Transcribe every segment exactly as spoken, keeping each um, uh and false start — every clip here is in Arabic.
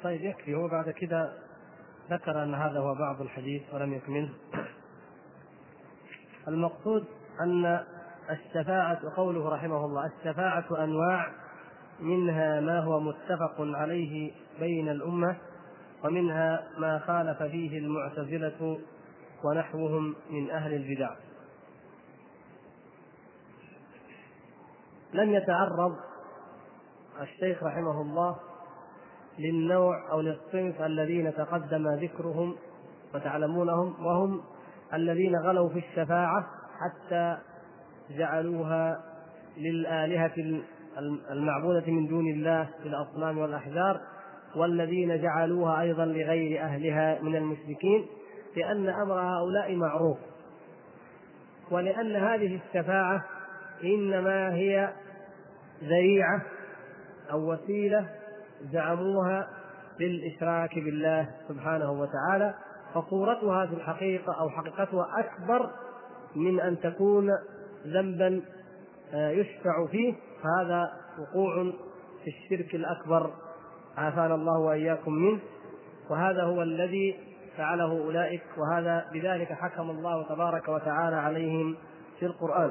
طيب يكفي، هو بعد كده ذكر أن هذا هو بعض الحديث ولم يكمله. المقصود أن الشفاعة، قوله رحمه الله: الشفاعة أنواع، منها ما هو متفق عليه بين الأمة، ومنها ما خالف فيه المعتزلة ونحوهم من أهل البدع. لم يتعرض الشيخ رحمه الله للنوع أو للصنف الذين تقدم ذكرهم وتعلمونهم، وهم الذين غلوا في الشفاعة حتى جعلوها للآلهة المعبودة من دون الله في الأصنام والأحجار، والذين جعلوها أيضا لغير أهلها من المشركين، لأن أمر هؤلاء معروف، ولأن هذه الشفاعة إنما هي ذريعة أو وسيلة زعموها للإشراك بالله سبحانه وتعالى، فصورتها في الحقيقة أو حقيقتها أكبر من أن تكون ذنبا يشفع فيه، فهذا وقوع في الشرك الأكبر عافانا الله وإياكم منه، وهذا هو الذي فعله أولئك، وهذا بذلك حكم الله تبارك وتعالى عليهم في القرآن.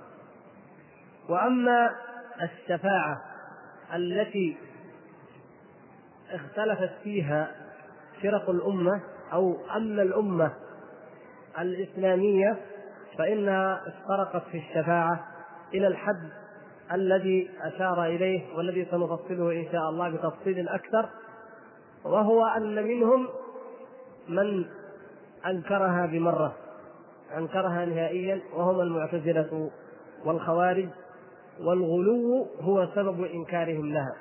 وأما الشفاعة التي اختلفت فيها فرق الأمة، أو أما الأمة الإسلامية، فإنها افترقت في الشفاعة إلى الحد الذي أشار إليه والذي سنفصله إن شاء الله بتفصيل أكثر، وهو أن منهم من أنكرها بمرة، أنكرها نهائيا، وهم المعتزلة والخوارج، والغلو هو سبب إنكارهم لها.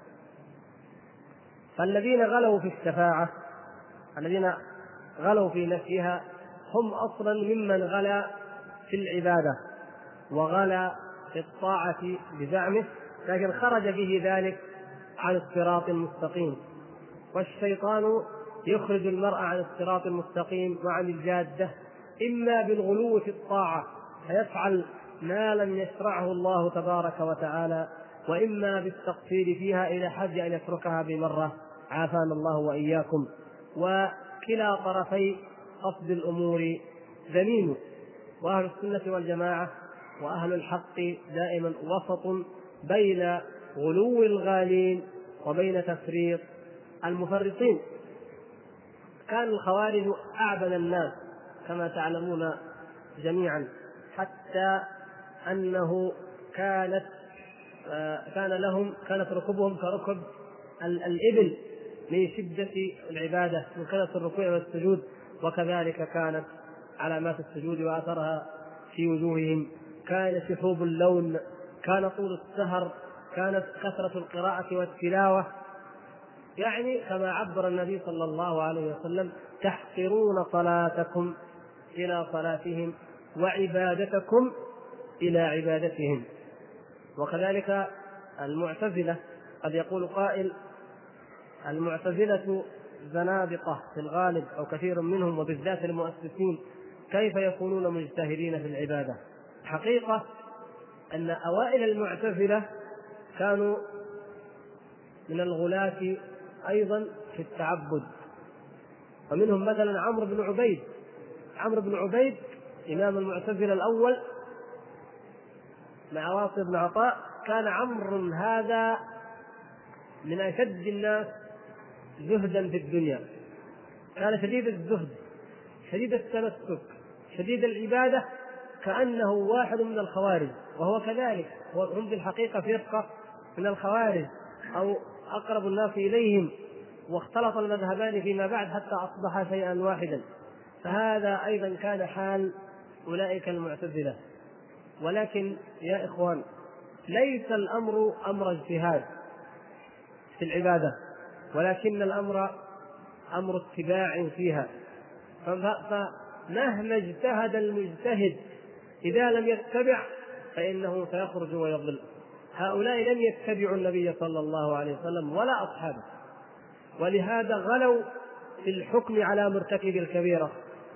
فالذين غلوا في الشفاعة، الذين غلوا في نفيها، هم أصلا ممن غلا في العبادة وغلا في الطاعة بزعمه، لكن خرج به ذلك عن الصراط المستقيم، والشيطان يخرج المرء عن الصراط المستقيم وعن الجادة، إما بالغلو في الطاعة فيفعل ما لم يشرعه الله تبارك وتعالى، وإما بالتقصير فيها إلى حد أن يتركها بمرة عافانا الله وإياكم. وكلا طرفي قصد الأمور ذميم، وأهل السنة والجماعة وأهل الحق دائما وسط بين غلو الغالين وبين تفريط المفرطين. كان الخوارج أعبد الناس كما تعلمون جميعا، حتى أنه كانت كان لهم كانت ركوبهم كركب الإبل من شدة العبادة، من كثرة الركوع والسجود، وكذلك كانت علامات السجود وأثرها في وجوههم، كان شحوب اللون، كان طول السهر، كانت كثرة القراءة والتلاوة، يعني كما عبر النبي صلى الله عليه وسلم: تحقرون صلاتكم إلى صلاتهم وعبادتكم إلى عبادتهم. وكذلك المعتزلة، قد يقول قائل: المعتزلة زنادقة في الغالب أو كثير منهم، وبالذات المؤسسين، كيف يكونون مجتهدين في العبادة؟ حقيقة أن أوائل المعتزلة كانوا من الغلاة أيضا في التعبد، ومنهم مثلا عمرو بن عبيد. عمرو بن عبيد إمام المعتزلة الأول مع واصل بن عطاء، كان عمرو هذا من أشد الناس زهدا في الدنيا، كان شديد الزهد، شديد التمسك، شديد العبادة، كأنه واحد من الخوارج، وهو كذلك، هم في الحقيقة فرقة من الخوارج أو أقرب الناس إليهم، واختلط المذهبان فيما بعد حتى أصبح شيئا واحدا. فهذا أيضا كان حال أولئك المعتزلة. ولكن يا إخوان، ليس الأمر أمر اجتهاد في العبادة، ولكن الأمر أمر اتباع فيها. فمهما اجتهد المجتهد إذا لم يتبع فإنه سيخرج ويضل. هؤلاء لم يتبعوا النبي صلى الله عليه وسلم ولا أصحابه، ولهذا غلوا في الحكم على مرتكب الكبيرة.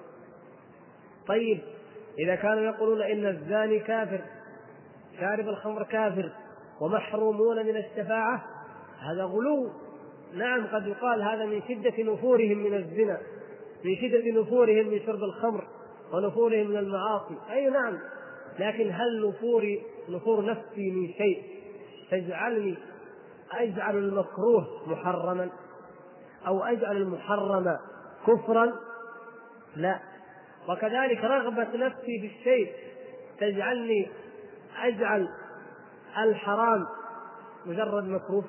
طيب إذا كانوا يقولون إن الزاني كافر، شارب الخمر كافر، ومحرومون من الشفاعة، هذا غلو نعم قد يقال هذا من شدة نفورهم من الزنا، من شدة نفورهم من شرب الخمر ونفورهم من المعاصي، أي نعم، لكن هل نفوري نفور نفسي من شيء تجعلني أجعل المكروه محرما أو أجعل المحرم كفرا؟ لا. وكذلك رغبة نفسي بالشيء تجعلني أجعل الحرام مجرد مكروه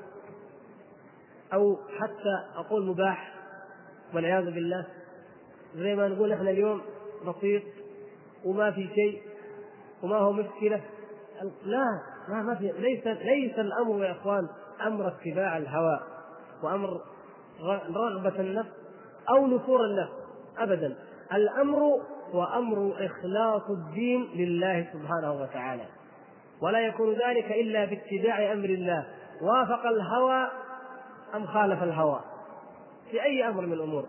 أو حتى أقول مباح والعياذ بالله. زي ما نقول احنا اليوم بسيط وما في شيء وما هو مشكلة. لا، ما ما في ليس ليس الأمر يا إخوان أمر اتباع الهوى وأمر رغبة النفس أو نفور النفس أبدا. الأمر هو أمر إخلاص الدين لله سبحانه وتعالى، ولا يكون ذلك إلا باتباع أمر الله، وافق الهوى أم خالف الهوى في أي أمر من الأمور.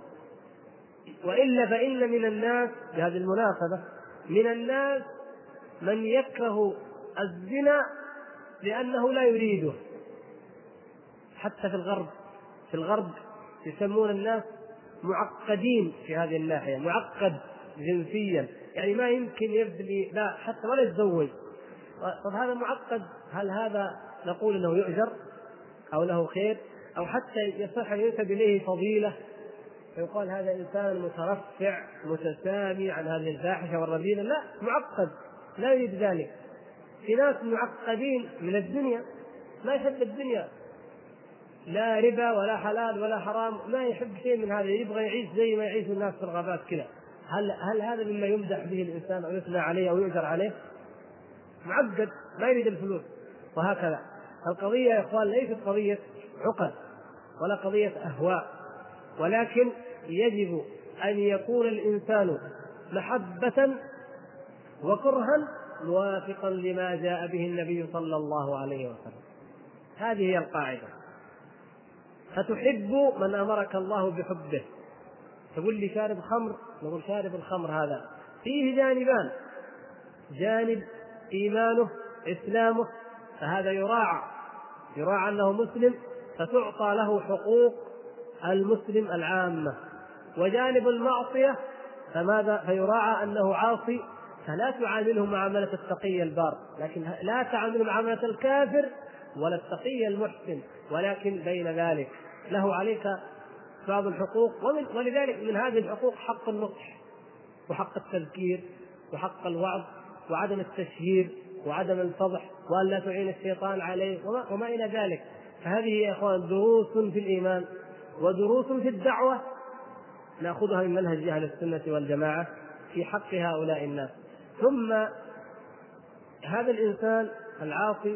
وإلا فإن من الناس بهذه المناسبة من الناس من يكره الزنا لأنه لا يريده. حتى في الغرب في الغرب يسمون الناس معقدين في هذه الناحية، معقد جنسيا، يعني ما يمكن يبني لا حتى ولا يتزوج. طب هذا معقد، هل هذا نقول انه يؤجر او له خير او حتى يصح ان ينسب اليه فضيلة فيقال هذا انسان مترفع متسامي عن هذه الفاحشة والرذيلة؟ لا، معقد لا يريد ذلك. في ناس معقدين من الدنيا، ما يحب الدنيا، لا ربا ولا حلال ولا حرام، ما يحب شيء من هذا، يبغى يعيش زي ما يعيش الناس في الغابات كذا. هل هل هذا مما يمدح به الانسان او يثنى عليه او يؤجر عليه؟ معقد ما يريد الفلوس. وهكذا القضية يا اخوان ليست قضية عقد ولا قضية اهواء، ولكن يجب ان يكون الانسان محبة وكرها موافقا لما جاء به النبي صلى الله عليه وسلم. هذه هي القاعدة. فتحب من أمرك الله بحبه. تقول لي شارب خمر، نقول شارب الخمر هذا فيه جانبان: جانب إيمانه إسلامه فهذا يراعى يراعى أنه مسلم فتعطى له حقوق المسلم العامة، وجانب المعصية فماذا؟ فيراعى أنه عاصي فلا تعامله معاملة التقي البار، لكن لا تعامله معاملة الكافر ولا التقي المحسن، ولكن بين ذلك له عليك بعض الحقوق. ولذلك من هذه الحقوق حق النصح وحق التذكير وحق الوعظ وعدم التشهير وعدم الفضح وأن لا تعين الشيطان عليه وما, وما إلى ذلك. فهذه يا إخوان دروس في الإيمان ودروس في الدعوة نأخذها من منهج أهل السنة والجماعة في حق هؤلاء الناس. ثم هذا الإنسان العاصي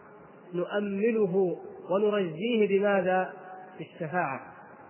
نؤمله ونرجيه بماذا؟ بالشفاعة،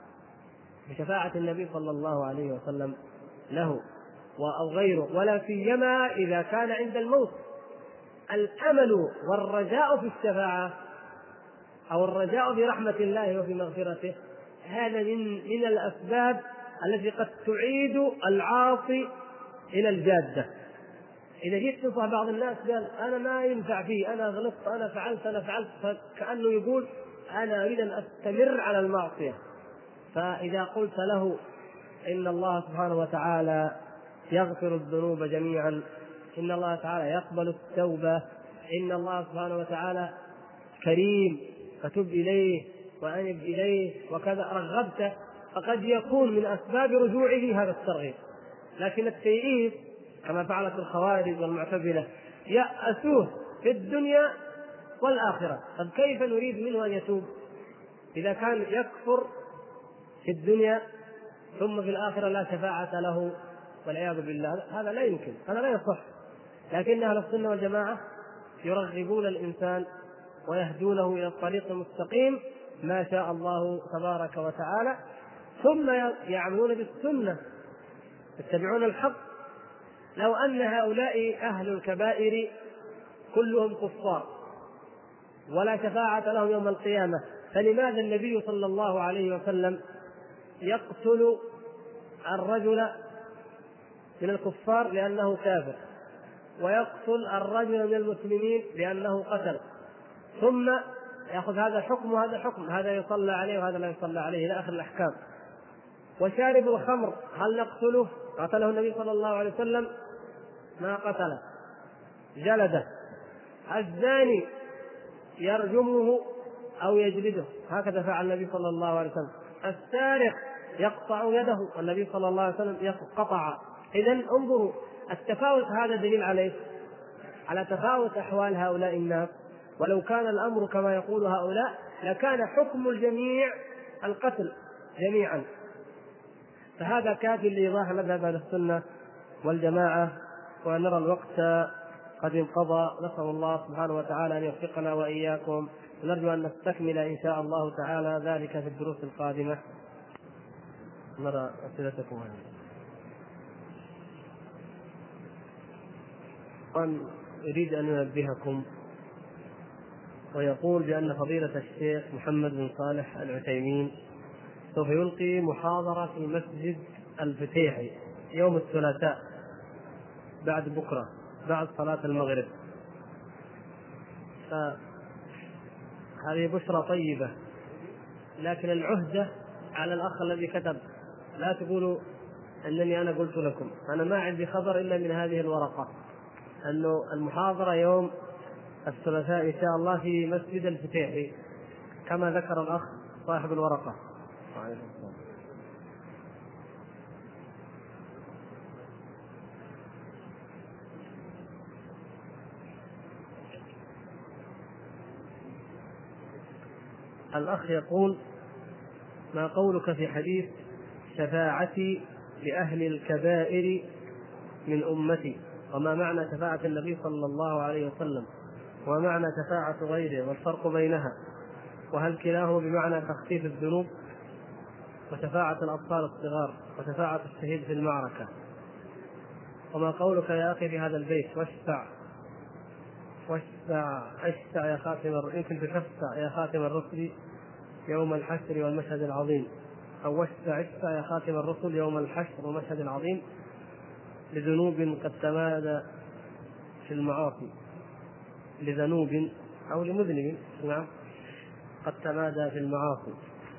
بشفاعة النبي صلى الله عليه وسلم له أو غيره، ولا سيما إذا كان عند الموت. الأمل والرجاء في الشفاعة أو الرجاء برحمة الله وفي مغفرته هذا من من الأسباب التي قد تعيد العاصي إلى الجادة. إذا جيت تنصح بعض الناس قال أنا ما ينفع فيه، أنا غلطت، أنا فعلت أنا فعلت فكأنه يقول أنا أريد أن أستمر على المعصية. فإذا قلت له إن الله سبحانه وتعالى يغفر الذنوب جميعا، إن الله تعالى يقبل التوبة، إن الله سبحانه وتعالى كريم فتب إليه وأنب إليه وكذا، رغبت، فقد يكون من أسباب رجوعه هذا الترغيب. لكن التيئيس كما فعلت الخوارج والمعتزلة يأسوه في الدنيا والآخرة. طب كيف نريد منه أن يتوب إذا كان يكفر في الدنيا ثم في الآخرة لا شفاعة له والعياذ بالله؟ هذا لا يمكن، هذا لا يصح. لكن أهل السنة والجماعة يرغبون الإنسان ويهدونه إلى الطريق المستقيم ما شاء الله تبارك وتعالى، ثم يعملون بالسنة يتبعون الحق. لو أن هؤلاء أهل الكبائر كلهم كفار ولا شفاعة لهم يوم القيامة، فلماذا النبي صلى الله عليه وسلم يقتل الرجل من الكفار لأنه كافر، ويقتل الرجل من المسلمين لأنه قتل، ثم يأخذ هذا حكم وهذا حكم، هذا يصلى عليه وهذا لا يصلى عليه إلى آخر الأحكام. وشارب الخمر هل نقتله؟ قتله النبي صلى الله عليه وسلم؟ ما قتله، جلده. الزاني يرجمه أو يجلده، هكذا فعل النبي صلى الله عليه وسلم. السارق يقطع يده، والنبي صلى الله عليه وسلم قطع. إذن انظروا التفاوت، هذا دليل عليه على تفاوت أحوال هؤلاء الناس. ولو كان الأمر كما يقول هؤلاء لكان حكم الجميع القتل جميعا. فهذا كافي لإيضاح مذهب أهل السنة والجماعة. ونرى الوقت قد انقضى، نسأل الله سبحانه وتعالى أن يوفقنا وإياكم، ونرجو أن نستكمل إن شاء الله تعالى ذلك في الدروس القادمة. نرى أسئلتكم. أن أريد أن أنبهكم، ويقول بأن فضيلة الشيخ محمد بن صالح العثيمين سوف يلقي محاضرة في مسجد الفتيحي يوم الثلاثاء بعد بكرة بعد صلاة المغرب. فهذه بشرى طيبة، لكن العهدة على الأخ الذي كتب، لا تقولوا أنني أنا قلت لكم، أنا ما عندي خبر إلا من هذه الورقة أنه المحاضرة يوم الثلاثاء إن شاء الله في مسجد الفتيحي كما ذكر الأخ صاحب الورقة. الأخ يقول: ما قولك في حديث شفاعتي لأهل الكبائر من أمتي؟ وما معنى شفاعة النبي صلى الله عليه وسلم؟ وما معنى شفاعة غيره؟ والفرق بينها؟ وهل كلاهما بمعنى تخفيف الذنوب؟ وشفاعة الأطفال الصغار، وشفاعة الشهيد في المعركة. وما قولك يا أخي في هذا البيت: واشفع واشفع اشفع يا خاتم الرسل، يمكن تشفع يا خاتم الرسل يوم الحشر والمشهد العظيم، أو واشفع اشفع يا خاتم الرسل يوم الحشر والمشهد العظيم لذنوب قد تمادى في المعاصي، لذنوب أو لمذنب نعم قد تمادى في المعاصي.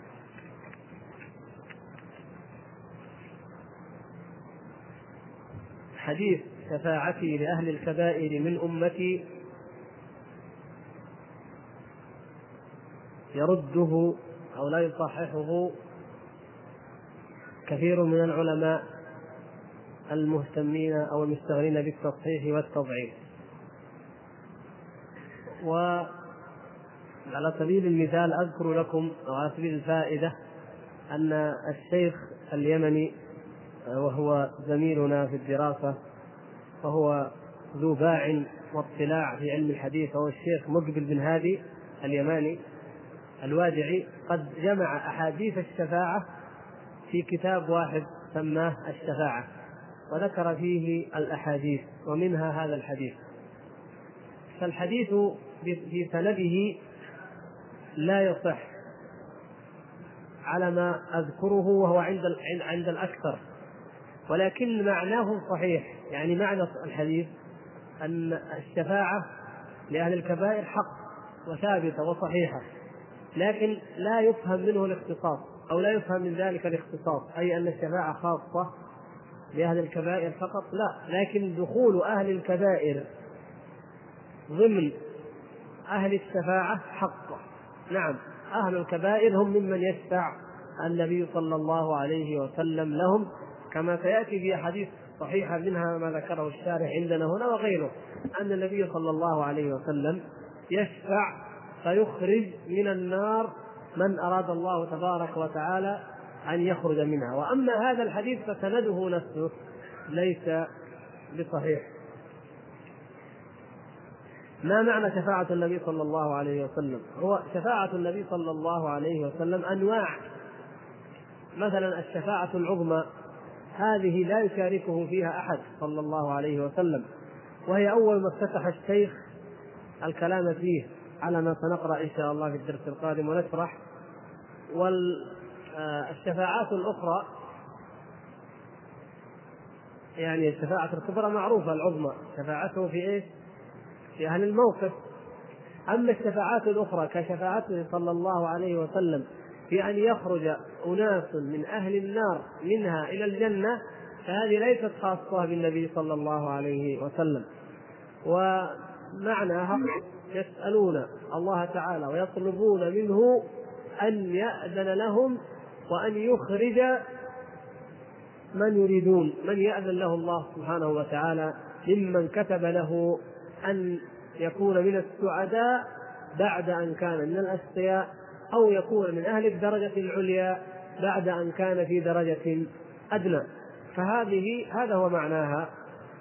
حديث شفاعتي لأهل الكبائر من أمتي يرده أو لا يصححه كثير من العلماء المهتمين أو المشتغلين بالتصحيح والتضعيف. وعلى سبيل المثال أذكر لكم أو على سبيل الفائدة أن الشيخ اليمني، وهو زميلنا في الدراسة وهو ذو باع واطلاع في علم الحديث، وهو الشيخ مقبل بن هادي اليماني الوادعي، قد جمع أحاديث الشفاعة في كتاب واحد سماه الشفاعة، وذكر فيه الأحاديث ومنها هذا الحديث. فالحديث في سنده لا يصح على ما أذكره وهو عند عند الأكثر، ولكن معناه صحيح. يعني معنى الحديث أن الشفاعة لأهل الكبائر حق وثابتة وصحيحة، لكن لا يفهم منه الاختصاص، أو لا يفهم من ذلك الاختصاص، أي أن الشفاعة خاصة لأهل الكبائر فقط، لا، لكن دخول أهل الكبائر ضمن أهل الشفاعة حق. نعم، أهل الكبائر هم ممن يشفع النبي صلى الله عليه وسلم لهم، كما سيأتي في حديث صحيحة منها ما ذكره الشارح عندنا هنا وغيره، أن النبي صلى الله عليه وسلم يشفع فيخرج من النار من أراد الله تبارك وتعالى أن يخرج منها. وأما هذا الحديث فسنده نفسه ليس بصحيح. ما معنى شفاعة النبي صلى الله عليه وسلم؟ هو شفاعة النبي صلى الله عليه وسلم أنواع. مثلا الشفاعة العظمى هذه لا يشاركه فيها أحد صلى الله عليه وسلم، وهي أول ما افتتح الشيخ الكلام فيه على ما سنقرأ إن شاء الله في الدرس القادم ونشرح. والشفاعات الأخرى يعني الشفاعة الكبرى معروفة، العظمى شفاعته في إيش؟ في أهل الموقف. أما الشفاعات الأخرى كشفاعته صلى الله عليه وسلم في أن يخرج أناس من أهل النار منها إلى الجنة فهذه ليست خاصة بالنبي صلى الله عليه وسلم. ومعناها يسألون الله تعالى ويطلبون منه أن يأذن لهم وأن يخرج من يريدون، من يأذن له الله سبحانه وتعالى ممن كتب له أن يكون من السعداء بعد أن كان من الأشقياء، أو يكون من أهل الدرجة العليا بعد أن كان في درجة أدنى. فهذه هذا هو معناها.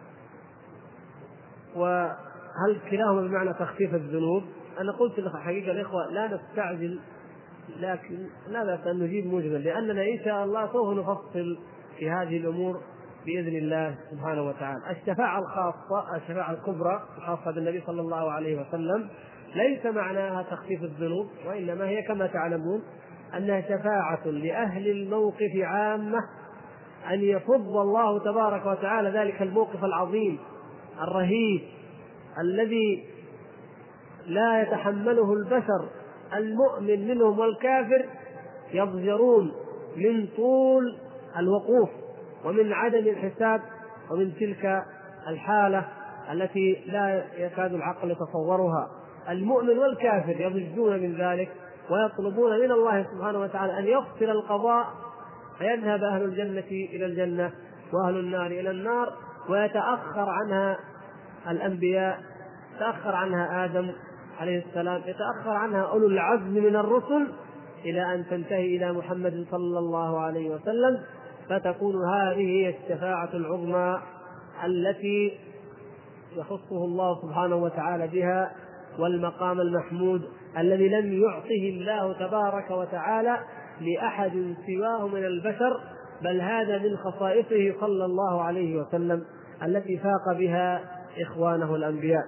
وهل كلاهما بمعنى تخفيف الذنوب؟ أنا قلت لك حقيقة الإخوة لا نستعجل، لكن لا بأس أن نجيب مجمل، لأننا إن شاء الله سوف نفصل في هذه الأمور بإذن الله سبحانه وتعالى. الشفاعة الخاصة، الشفاعة الكبرى الخاصة بالنبي صلى الله عليه وسلم ليس معناها تخفيف الذنوب، وإنما هي كما تعلمون أنها شفاعة لأهل الموقف عامة، أن يفض الله تبارك وتعالى ذلك الموقف العظيم الرهيب الذي لا يتحمله البشر، المؤمن منهم والكافر يضجرون من طول الوقوف ومن عدم الحساب ومن تلك الحالة التي لا يكاد العقل يتصورها. المؤمن والكافر يضجون من ذلك ويطلبون من الله سبحانه وتعالى أن يفصل القضاء فيذهب أهل الجنة إلى الجنة وأهل النار إلى النار، ويتأخر عنها الأنبياء، يتأخر عنها آدم عليه السلام، يتأخر عنها أولو العزم من الرسل إلى أن تنتهي إلى محمد صلى الله عليه وسلم، فتكون هذه هي الشفاعة العظمى التي يخصه الله سبحانه وتعالى بها، والمقام المحمود الذي لم يعطه الله تبارك وتعالى لأحد سواه من البشر، بل هذا من خصائصه صلى الله عليه وسلم التي فاق بها إخوانه الأنبياء.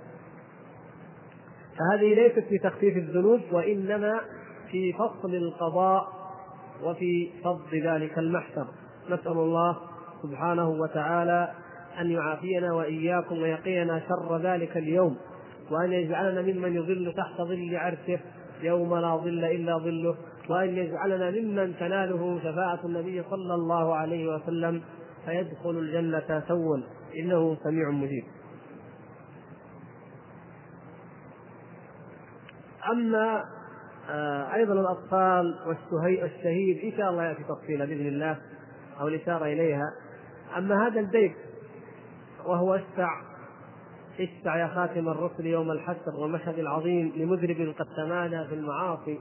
فهذه ليست في تخفيف الذنوب، وإنما في فصل القضاء وفي فض ذلك المحشر. نسأل الله سبحانه وتعالى أن يعافينا وإياكم ويقينا شر ذلك اليوم، وأن يجعلنا ممن يظل تحت ظل عرشه يوم لا ظل إلا ظله، وأن يجعلنا ممن تناله شفاعة النبي صلى الله عليه وسلم فيدخل الجنة سوا، إنه سميع مجيب. أما أيضا الأطفال والشهيد إن شاء الله يأتي تفصيلا بإذن الله أو الإشارة إليها. أما هذا البيت وهو اشفع اشفع يا خاتم الرسل يوم الحشر والمشهد العظيم لمذنب قد تمادى في المعاصي،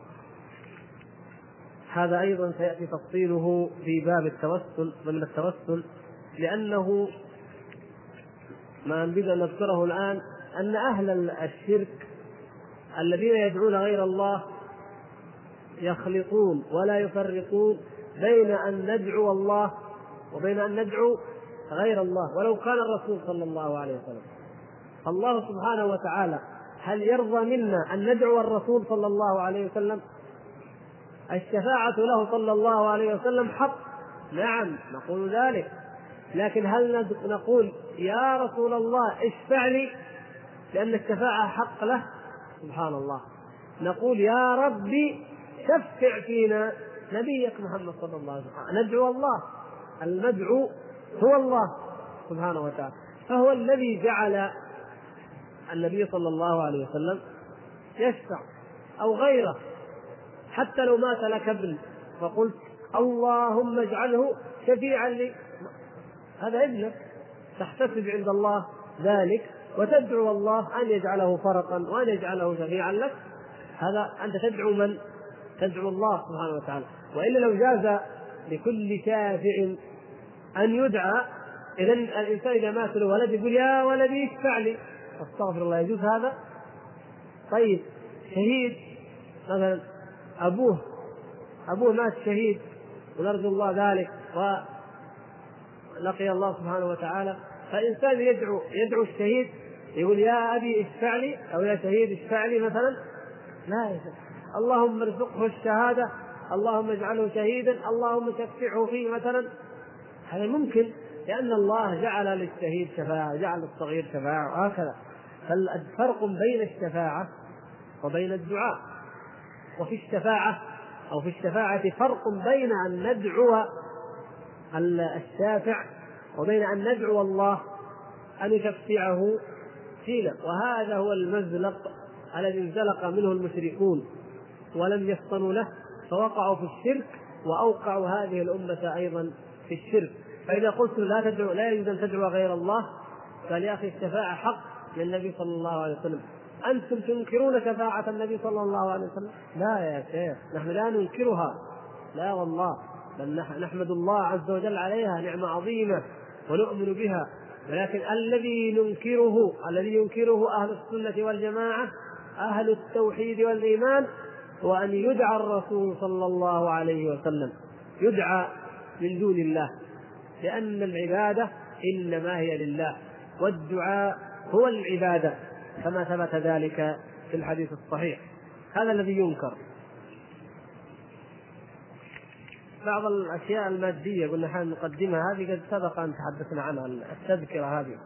هذا أيضا سيأتي تفصيله في باب التوسل ضمن التوسل، لأنه ما نريد أن نذكره الآن أن أهل الشرك الذين يدعون غير الله يخلطون ولا يفرقون بين أن ندعو الله وبين أن ندعو غير الله ولو كان الرسول صلى الله عليه وسلم. الله سبحانه وتعالى هل يرضى منا أن ندعو الرسول صلى الله عليه وسلم؟ الشفاعة له صلى الله عليه وسلم حق، نعم نقول ذلك، لكن هل نقول يا رسول الله اشفع لي لأن الشفاعة حق له؟ سبحان الله. نقول يا ربي شفع فينا نبيك محمد صلى الله عليه وسلم. ندعو الله، المدعو هو الله سبحانه وتعالى، فهو الذي جعل النبي صلى الله عليه وسلم يشفع أو غيره. حتى لو مات لك ابن فقلت اللهم اجعله شفيعا لي، هذا ابنك، تحتسب عند الله ذلك وتدعو الله أن يجعله فرقا وأن يجعله شفيعا لك، هذا أنت تدعو من؟ تدعو الله سبحانه وتعالى. وإلا لو جاز لكل شافع أن يدعى، إذن الإنسان إذا مات له ولد يقول يا ولدي اشفع لي، استغفر الله، يجوز هذا؟ طيب شهيد مثلا أبوه أبوه مات شهيد ونرجو الله ذلك ولقي الله سبحانه وتعالى، فإنسان يدعو يدعو الشهيد يقول يا أبي اشفع لي أو يا شهيد اشفع لي مثلا؟ لا يشفع. اللهم ارزقه الشهادة، اللهم اجعله شهيدا، اللهم شفعه فيه مثلا، هذا ممكن لأن الله جعل للشهيد شفاعة، جعل للصغير شفاعة وهكذا. فالفرق بين الشفاعة وبين الدعاء. وفي الشفاعة أو في الشفاعة فرق بين أن ندعو الشافع وبين أن ندعو الله أن يشفعه فينا، وهذا هو المزلق الذي انزلق منه المشركون ولم يفطنوا له فوقعوا في الشرك وأوقعوا هذه الأمة أيضا في الشرك. فإذا قلت لا تدعو لا يجوز أن تدعو غير الله، قال يا أخي الشفاعة حق للنبي صلى الله عليه وسلم، أنتم تنكرون شفاعة النبي صلى الله عليه وسلم؟ لا يا شيخ، نحن لا ننكرها، لا والله، بل نحمد الله عز وجل عليها نعمة عظيمة ونؤمن بها، ولكن الذي ننكره الذي ينكره أهل السنة والجماعة أهل التوحيد والإيمان هو أن يدعى الرسول صلى الله عليه وسلم، يدعى من دون الله، لأن العبادة إنما هي لله، والدعاء هو العبادة كما ثبت ذلك في الحديث الصحيح. هذا الذي ينكر. بعض الأشياء المادية قلنا حال نقدمها، هذه قد سبق أن تحدثنا عنها، التذكرة هذه،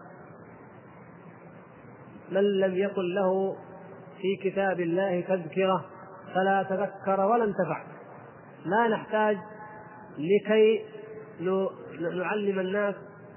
من لم يكن له في كتاب الله تذكرة فلا تذكر ولا انتفع. لا نحتاج لكي نعلم الناس،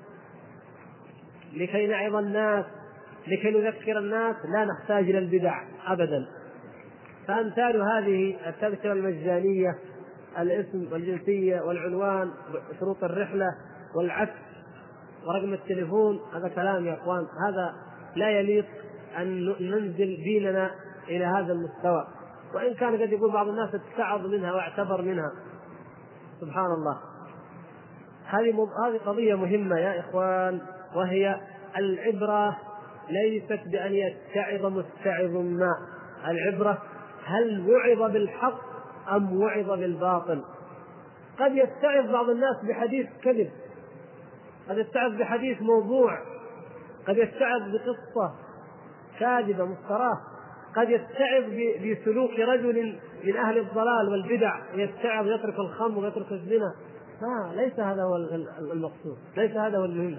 لكي نعظ الناس، لكي نذكر الناس، لا نحتاج إلى البدع أبدا. فأمثال هذه التذكرة المجانية، الاسم والجنسية والعنوان وشروط الرحلة والعكس ورقم التليفون، هذا كلام يا أخوان، هذا لا يليق أن ننزل ديننا إلى هذا المستوى، وإن كان قد يقول بعض الناس اتعظ منها واعتبر منها، سبحان الله. هذه هذه قضية مهمة يا إخوان، وهي العبرة ليست بأن يتعظ متعظ ما، العبرة هل وعظ بالحق أم وعظ بالباطل. قد يتعظ بعض الناس بحديث كذب، قد يتعظ بحديث موضوع، قد يتعظ بقصة كاذبة مفتراه، قد يتعظ بسلوك رجل من أهل الضلال والبدع، يتعظ يترك الخمر ويترك الزنا. لا، ليس هذا هو المقصود، ليس هذا هو المهم.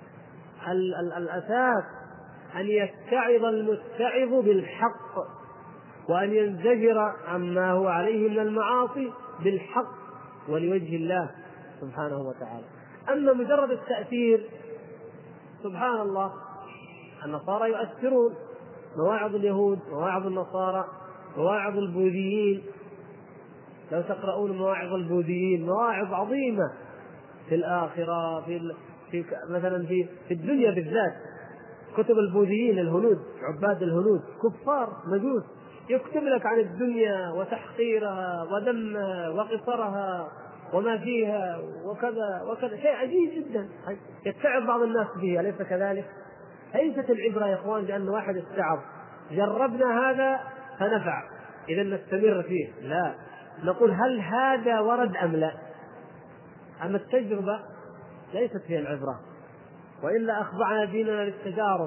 الأساس أن يتعظ المتعظ بالحق، وأن ينزجر عما هو عليه من المعاصي بالحق ولوجه الله سبحانه وتعالى. أما مجرد التأثير، سبحان الله، النصارى يؤثرون، مواعظ اليهود، مواعظ النصارى، مواعظ البوذيين، لو تقرؤون مواعظ البوذيين مواعظ عظيمة في الآخرة، في, في مثلا في, في الدنيا بالذات. كتب البوذيين الهنود، عباد الهنود كفار مجوس، يكتب لك عن الدنيا وتحقيرها وذمها وقصرها وما فيها وكذا وكذا، شيء عجيب جدا يتعب بعض الناس به، أليس كذلك؟ ليست العبرة يا إخوان بأن واحد استعظ جربنا هذا فنفع إذا نستمر فيه، لا، نقول هل هذا ورد أم لا. أما التجربة ليست هي العبرة، وإلا أخضعنا ديننا للتجارب،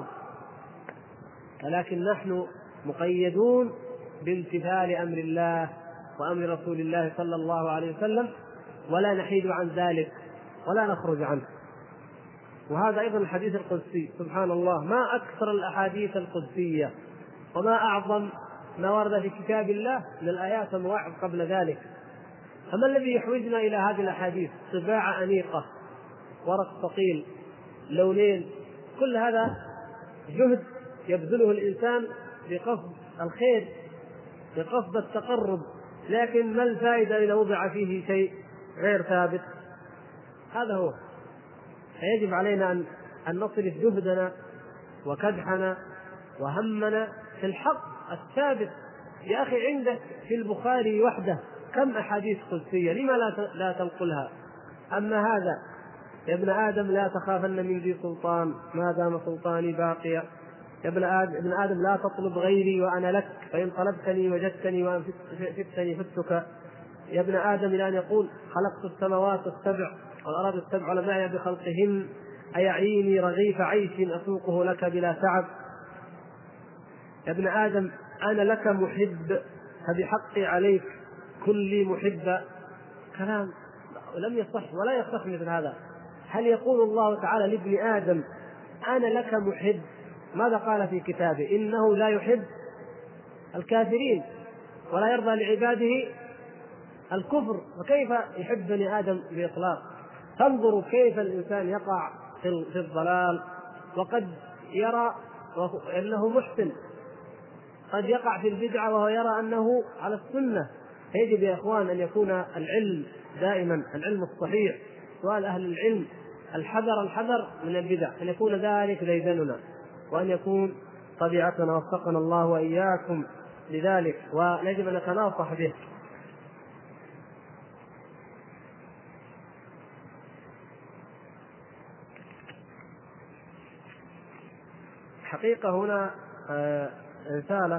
ولكن نحن مقيدون بامتثال أمر الله وأمر رسول الله صلى الله عليه وسلم، ولا نحيد عن ذلك ولا نخرج عنه. وهذا أيضا الحديث القدسي، سبحان الله، ما أكثر الأحاديث القدسية وما أعظم ما ورد في كتاب الله من الآيات والمواعظ قبل ذلك. فما الذي يحوجنا إلى هذه الأحاديث؟ طباعة أنيقة، ورق ثقيل، لونين، كل هذا جهد يبذله الإنسان بقصد الخير، بقصد التقرب، لكن ما الفائدة إذا وضع فيه شيء غير ثابت؟ هذا هو. فيجب علينا أن, أن نصرف جهدنا وكدحنا وهمنا في الحق الثابت. يا أخي عندك في البخاري وحده كم أحاديث قدسية، لما لا لا تنقلها؟ أما هذا يا ابن آدم لا تخافن من ذي سلطان ما دام سلطاني باقيا، يا ابن آدم, ابن آدم لا تطلب غيري وأنا لك، فإن طلبتني وجدتني وإن فتني فتك، يا ابن آدم إلى أن يقول خلقت السماوات السبع والأرض السبع لم بخلقهن، أيعيني رغيف عيش أسوقه لك بلا تعب. يا ابن آدم أنا لك محب فبحقي عليك كل محب. كلام لم يصح ولا يصح مثل هذا. هل يقول الله تعالى لابن آدم أنا لك محب؟ ماذا قال في كتابه؟ إنه لا يحب الكافرين ولا يرضى لعباده الكفر، وكيف يحب بني آدم بإطلاق؟ فانظروا كيف الإنسان يقع في الضلال وقد يرى أنه محسن، قد يقع في البدعة وهو يرى أنه على السنة. يجب يا إخوان أن يكون العلم دائما العلم الصحيح، سؤال أهل العلم، الحذر الحذر من البدع، أن يكون ذلك ديدننا وأن يكون طبيعتنا، وفقنا الله وإياكم لذلك، ويجب أن نتناصح به. حقيقة هنا رسالة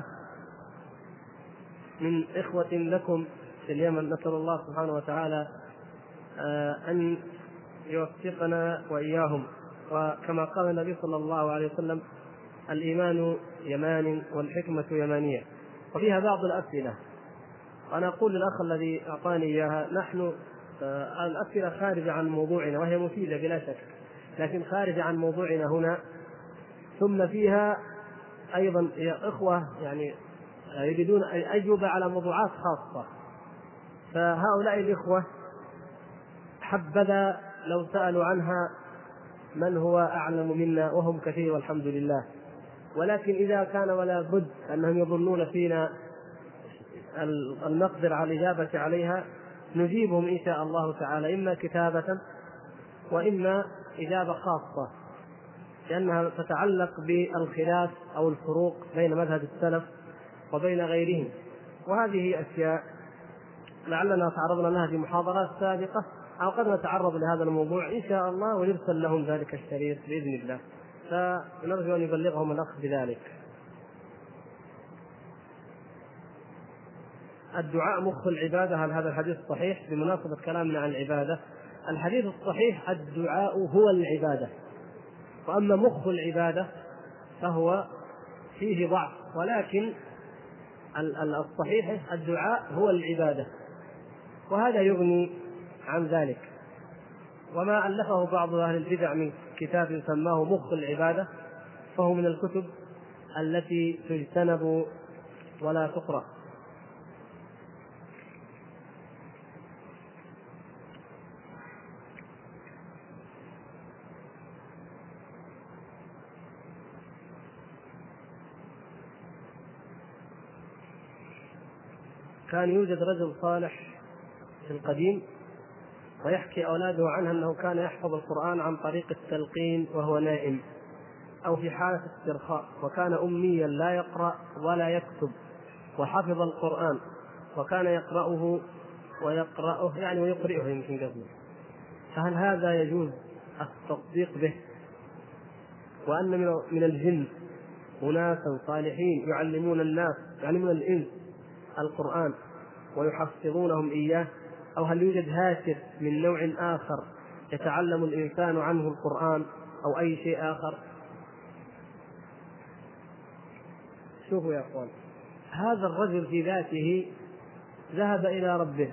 من إخوة لكم في اليمن، نسأل الله سبحانه وتعالى أن يوفقنا وإياهم. وكما قال النبي صلى الله عليه وسلم: الإيمان يمان والحكمة يمانية. وفيها بعض الأسئلة، أنا أقول للأخ الذي أعطاني إياها: نحن الأسئلة خارجة عن موضوعنا، وهي مفيدة بلا شك، لكن خارجة عن موضوعنا هنا. ثم فيها أيضا يا إخوة يعني يريدون أجوبة على موضوعات خاصة، فهؤلاء الإخوة حبذا لو سألوا عنها من هو أعلم منا، وهم كثير والحمد لله. ولكن إذا كان ولا بد أنهم يظنون فينا المقدر على الإجابة عليها، نجيبهم إن شاء الله تعالى، إما كتابة وإما إجابة خاصة، لأنها تتعلق بالخلاف أو الفروق بين مذهب السلف وبين غيرهم، وهذه أشياء لعلنا تعرضنا لها في محاضرات سابقة، أو قد نتعرض لهذا الموضوع إن شاء الله، ويرسل لهم ذلك الشريط بإذن الله، فنرجو أن يبلغهم الأخ بذلك. الدعاء مخ العبادة، هل هذا الحديث صحيح؟ بمناسبة كلامنا عن العبادة، الحديث الصحيح الدعاء هو العبادة، وأما مخ العبادة فهو فيه ضعف، ولكن الصحيح الدعاء هو العبادة، وهذا يغني عن ذلك. وما ألفه بعض أهل البدع من كتاب يسماه مخ العبادة فهو من الكتب التي تجتنب ولا تقرأ. كان يوجد رجل صالح في القديم ويحكي أولاده عنه أنه كان يحفظ القرآن عن طريق التلقين وهو نائم أو في حالة استرخاء، وكان أميا لا يقرأ ولا يكتب، وحفظ القرآن وكان يقرأه ويقرأه يعني ويقرئه يمكن قبله. فهل هذا يجوز التصديق به؟ وأن من الجن أناسا صالحين يعلمون الناس يعلمون الإنس القرآن ويحفظونهم إياه، أو هل يوجد هاتف من نوع آخر يتعلم الإنسان عنه القرآن أو أي شيء آخر؟ شوفوا يا أخوان، هذا الرجل في ذاته ذهب إلى ربه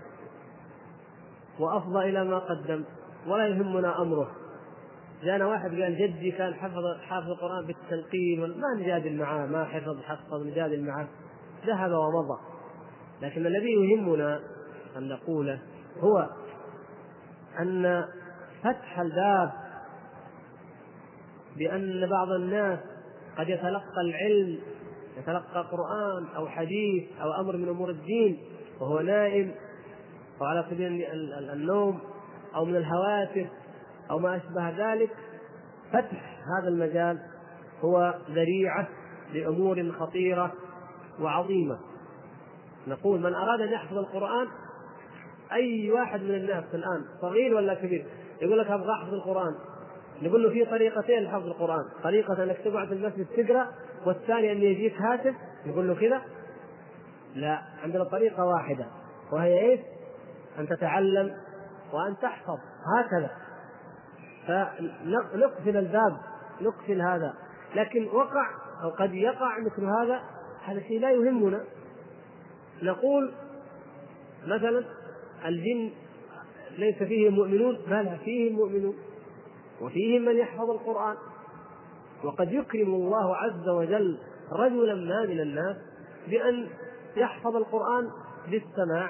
وأفضى إلى ما قدم ولا يهمنا أمره. جاءنا واحد قال جدي كان حفظ حافظ القرآن بالتلقين، ما نجادل معاه، ما حفظ حفظ نجادل معاه، ذهب ومضى. لكن الذي يهمنا أن نقوله هو أن فتح الباب بأن بعض الناس قد يتلقى العلم، يتلقى قرآن أو حديث أو أمر من أمور الدين وهو نائم أو على سبيل النوم أو من الهواتف أو ما أشبه ذلك، فتح هذا المجال هو ذريعة لأمور خطيرة وعظيمة. نقول من أراد أن يحفظ القرآن، أي واحد من الناس الآن صغير ولا كبير يقول لك أبغى أحفظ القرآن، نقول له في طريقتين لحفظ القرآن، طريقة أنك تقعد في المسجد تقرأ، والثانية أن يجيك هاتف نقول له كذا. لا، عندنا طريقة واحدة وهي إيش؟ أن تتعلم وأن تحفظ، هكذا. فنقفل الباب، نقفل هذا. لكن وقع أو قد يقع مثل هذا، هذا شيء لا يهمنا. نقول مثلا الجن ليس فيهم مؤمنون، بل فيهم مؤمنون وفيهم من يحفظ القرآن، وقد يكرم الله عز وجل رجلا ما من الناس بأن يحفظ القرآن بالسماع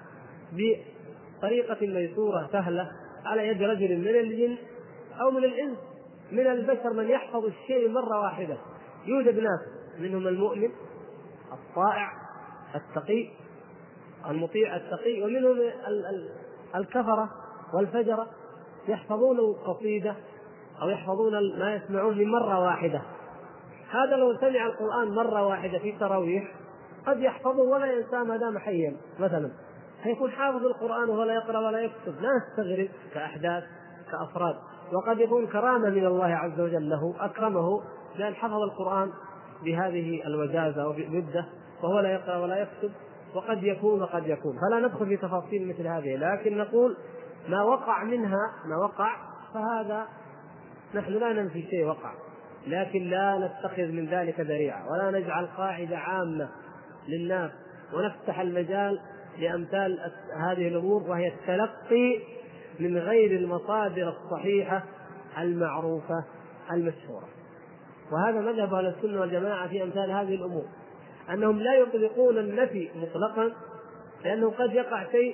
بطريقة ميسورة سهلة على يد رجل من الجن أو من الإنس. من البشر من يحفظ الشيء مرة واحدة، يوجد ناس منهم المؤمن الطائع التقي المطيع التقي، ومنهم الكفرة والفجرة يحفظون القصيدة أو يحفظون ما يسمعون من مرة واحدة. هذا لو سمع القرآن مرة واحدة في تراويح قد يحفظه ولا ينساه ما دام حيا مثلا، هيكون حافظ القرآن وهو لا يقرأ ولا يكتب، لا نستغرب كأحداث كأفراد. وقد يكون كرامة من الله عز وجل له، أكرمه لأن حفظ القرآن بهذه الوجازة وبمدة وهو لا يقرأ ولا يكتب، وقد يكون وقد يكون. فلا ندخل في تفاصيل مثل هذه، لكن نقول ما وقع منها ما وقع فهذا نحن لا ننفي شيء وقع، لكن لا نتخذ من ذلك ذريعة، ولا نجعل قاعدة عامة للناس ونفتح المجال لأمثال هذه الأمور، وهي التلقي من غير المصادر الصحيحة المعروفة المشهورة. وهذا مذهب أهل السنة والجماعة في أمثال هذه الأمور، أنهم لا يطلقون النفي مطلقا، لأنه قد يقع شيء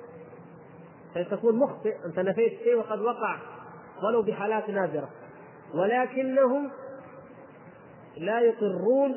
فتكون مخطئ، أنت نفيت شيء وقد وقع ولو بحالات نادرة، ولكنهم لا يقرون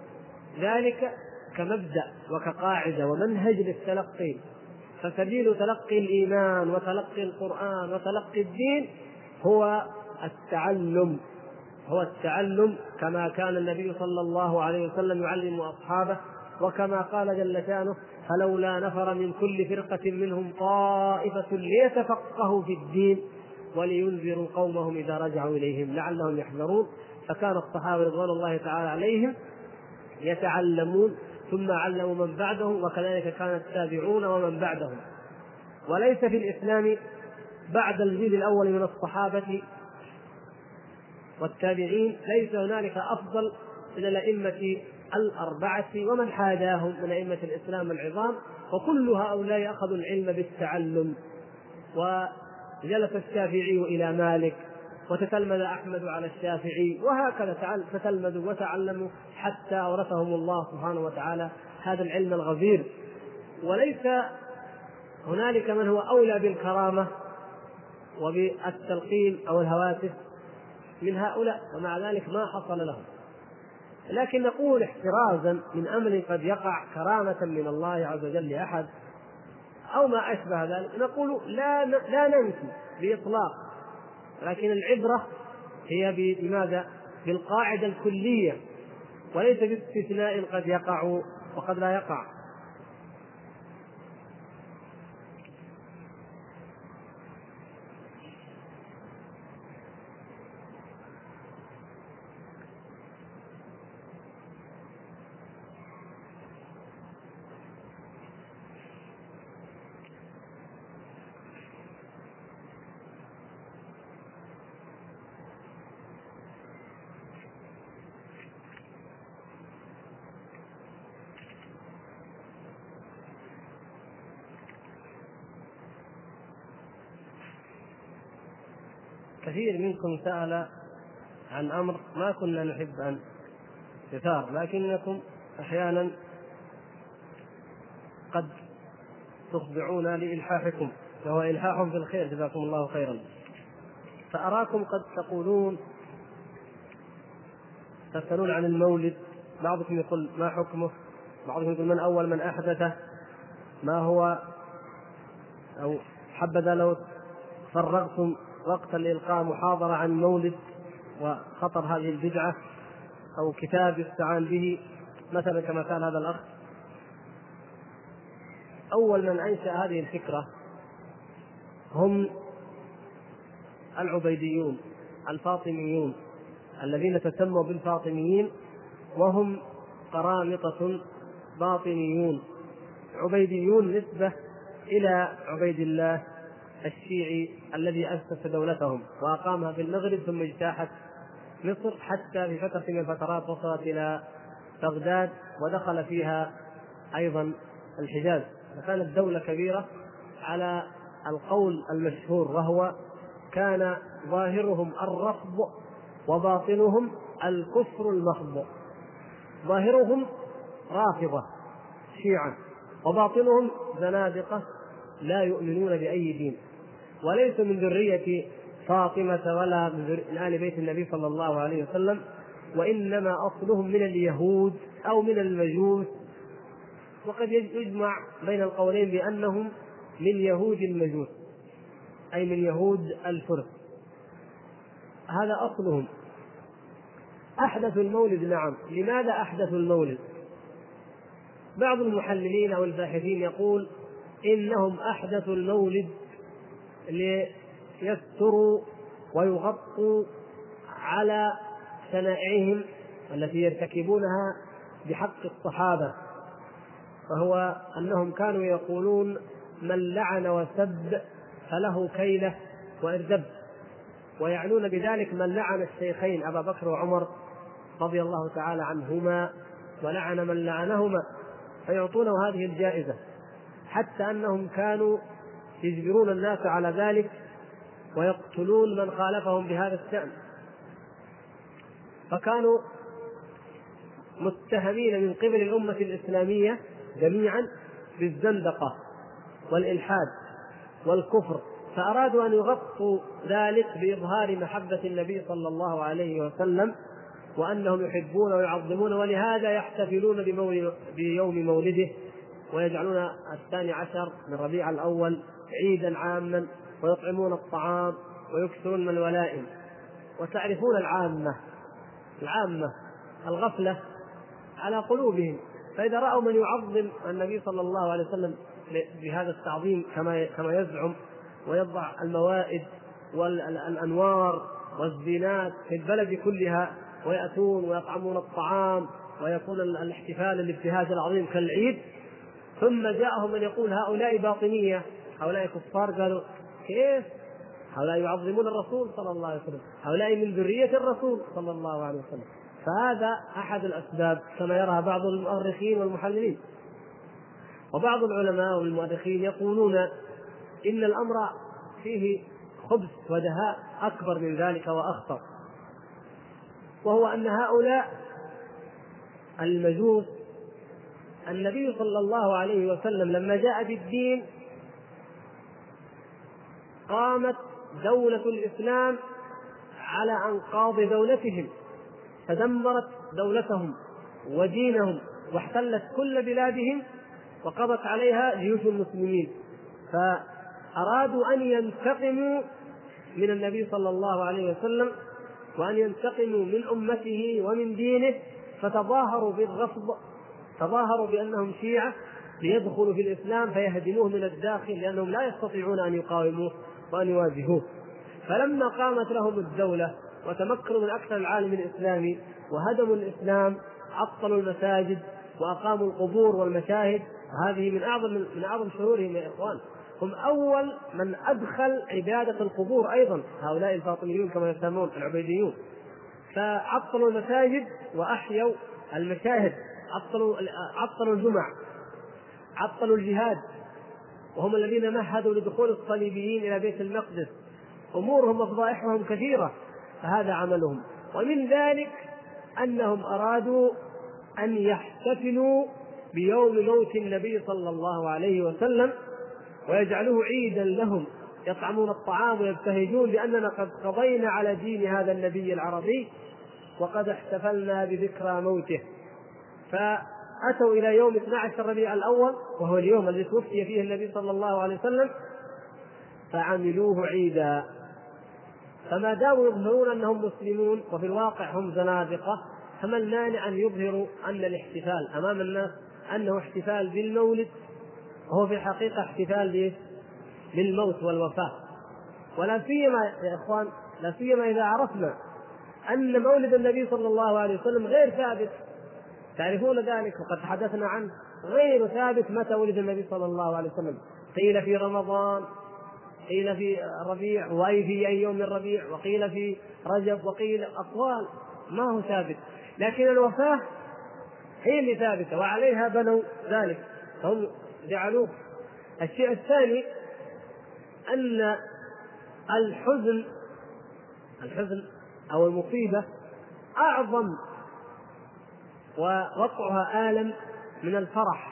ذلك كمبدأ وكقاعدة ومنهج للتلقي. فسبيل تلقي الإيمان وتلقي القرآن وتلقي الدين هو التعلم، هو التعلم كما كان النبي صلى الله عليه وسلم يعلم أصحابه، وكما قال جل شأنه: فلولا نفر من كل فرقة منهم طائفة ليتفقهوا في الدين ولينذروا قومهم إذا رجعوا إليهم لعلهم يحذرون. فكان الصحابة رضوان الله تعالى عليهم يتعلمون ثم علموا من بعدهم، وكذلك كان التابعون ومن بعدهم. وليس في الإسلام بعد الجيل الأول من الصحابة والتابعين ليس هنالك أفضل من الأئمة الأربعة ومن حاداهم من أئمة الإسلام العظام، وكل هؤلاء أخذوا العلم بالتعلم. وجلس الشافعي إلى مالك، وتتلمذ أحمد على الشافعي، وهكذا تتلمذوا وتعلموا حتى أورثهم الله سبحانه وتعالى هذا العلم الغزير. وليس هنالك من هو أولى بالكرامة وبالتلقين أو الهواتف من هؤلاء، ومع ذلك ما حصل لهم. لكن نقول احترازا من أمر قد يقع كرامة من الله عز وجل لأحد أو ما أشبه ذلك، نقول لا لا ننفي بإطلاق، لكن العبرة هي بماذا؟ بالقاعدة الكلية، وليس باستثناء قد يقع وقد لا يقع. كثير منكم سأل عن أمر ما كنا نحب أن يثار، لكنكم أحيانا قد تخضعون لإلحاحكم، وهو إلحاح في الخير، جزاكم الله خيرا. فأراكم قد تقولون تسألون عن المولد، بعضكم يقول ما حكمه، بعضكم يقول من أول من أحدثه، ما هو، أو حبذا لو فرغتم وقتا لإلقاء محاضرة عن مولد وخطر هذه البدعة، أو كتاب يستعان به مثلا كما كان هذا الأخ. أول من أنشأ هذه الفكرة هم العبيديون الفاطميون الذين تسموا بالفاطميين، وهم قرامطة باطنيون عبيديون نسبة إلى عبيد الله الشيعي الذي أسس دولتهم وأقامها في المغرب ثم اجتاحت مصر، حتى في فترة من الفترات وصلت إلى بغداد ودخل فيها أيضا الحجاز. فكانت دولة كبيرة على القول المشهور، وهو كان ظاهرهم الرفض وباطنهم الكفر المحض. ظاهرهم رافضة شيعة، وباطنهم زنادقة لا يؤمنون بأي دين، وليسوا من ذرية فاطمة ولا من آل بيت النبي صلى الله عليه وسلم، وإنما أصلهم من اليهود أو من المجوس. وقد يجمع بين القولين بأنهم من يهود المجوس، أي من يهود الفرس، هذا أصلهم. أحدثوا المولد، نعم. لماذا أحدثوا المولد؟ بعض المحللين أو الباحثين يقول إنهم أحدثوا المولد ليستروا ويغطوا على شنائعهم التي يرتكبونها بحق الصحابة، فهو أنهم كانوا يقولون من لعن وسب فله كيلة وإردب، ويعنون بذلك من لعن الشيخين أبا بكر وعمر رضي الله تعالى عنهما ولعن من لعنهما، فيعطونه هذه الجائزة، حتى أنهم كانوا يجبرون الناس على ذلك ويقتلون من خالفهم بهذا الشأن. فكانوا متهمين من قبل الأمة الإسلامية جميعا بالزندقة والإلحاد والكفر، فأرادوا أن يغطوا ذلك بإظهار محبة النبي صلى الله عليه وسلم وأنهم يحبون ويعظمون، ولهذا يحتفلون بيوم مولده ويجعلون الثاني عشر من ربيع الأول عيدا عاما، ويطعمون الطعام ويكثرون من الولائم. وتعرفون العامة العامة الغفلة على قلوبهم، فإذا رأوا من يعظم النبي صلى الله عليه وسلم بهذا التعظيم كما كما يزعم، ويضع الموائد والأنوار والزينات في البلد كلها، ويأتون ويطعمون الطعام ويكون الاحتفال الابتهاج العظيم كالعيد، ثم جاءهم من يقول هؤلاء باطنية، هؤلاء كفار، قالوا كيف؟ هؤلاء يعظمون الرسول صلى الله عليه وسلم، هؤلاء من ذرية الرسول صلى الله عليه وسلم. فهذا أحد الأسباب كما يرى بعض المؤرخين والمحللين. وبعض العلماء والمؤرخين يقولون إن الأمر فيه خبث ودهاء أكبر من ذلك وأخطر، وهو أن هؤلاء المجوس النبي صلى الله عليه وسلم لما جاء بالدين قامت دولة الإسلام على أنقاض دولتهم، فدمرت دولتهم ودينهم واحتلت كل بلادهم وقضت عليها جيوش المسلمين، فأرادوا أن ينتقموا من النبي صلى الله عليه وسلم وأن ينتقموا من أمته ومن دينه، فتظاهروا بالرفض، تظاهروا بأنهم شيعة ليدخلوا في الإسلام فيهدموه من الداخل، لأنهم لا يستطيعون أن يقاوموه وأن يواجهوه. فلما قامت لهم الدولة وتمكنوا من أكثر العالم الإسلامي وهدموا الإسلام، عطلوا المساجد وأقاموا القبور والمشاهد، وهذه من أعظم من أعظم شرورهم يا إخوان. هم أول من أدخل عبادة القبور أيضا، هؤلاء الفاطميون كما يسمون العبيديون، فعطلوا المساجد وأحيوا المشاهد، عطلوا عطلوا الجمع، عطلوا الجهاد، وهم الذين مهدوا لدخول الصليبيين إلى بيت المقدس. أمورهم وفضائحهم كثيرة، فهذا عملهم. ومن ذلك أنهم أرادوا أن يحتفلوا بيوم موت النبي صلى الله عليه وسلم ويجعلوه عيدا لهم، يطعمون الطعام ويبتهجون بأننا قد قضينا على دين هذا النبي العربي وقد احتفلنا بذكرى موته. فأتوا إلى يوم اثني عشر ربيع الأول وهو اليوم الذي توفي فيه النبي صلى الله عليه وسلم فعملوه عيدا. فما داموا يظهرون أنهم مسلمون وفي الواقع هم زنادقة، فما المانع أن يظهروا أن الاحتفال أمام الناس أنه احتفال بالمولد، وهو في الحقيقة احتفال بالموت والوفاة. ولا سيما يا إخوان، لا سيما إذا عرفنا أن مولد النبي صلى الله عليه وسلم غير ثابت، تعرفون ذلك وقد تحدثنا عنه، غير ثابت متى ولد النبي صلى الله عليه وسلم. قيل في رمضان، قيل في ربيع، وأي في أي يوم من ربيع، وقيل في رجب، وقيل أقوال ما هو ثابت، لكن الوفاة هي اللي ثابتة وعليها بنوا ذلك هم جعلوه. الشيء الثاني أن الحزن الحزن أو المصيبة أعظم ووقعها آلم من الفرح،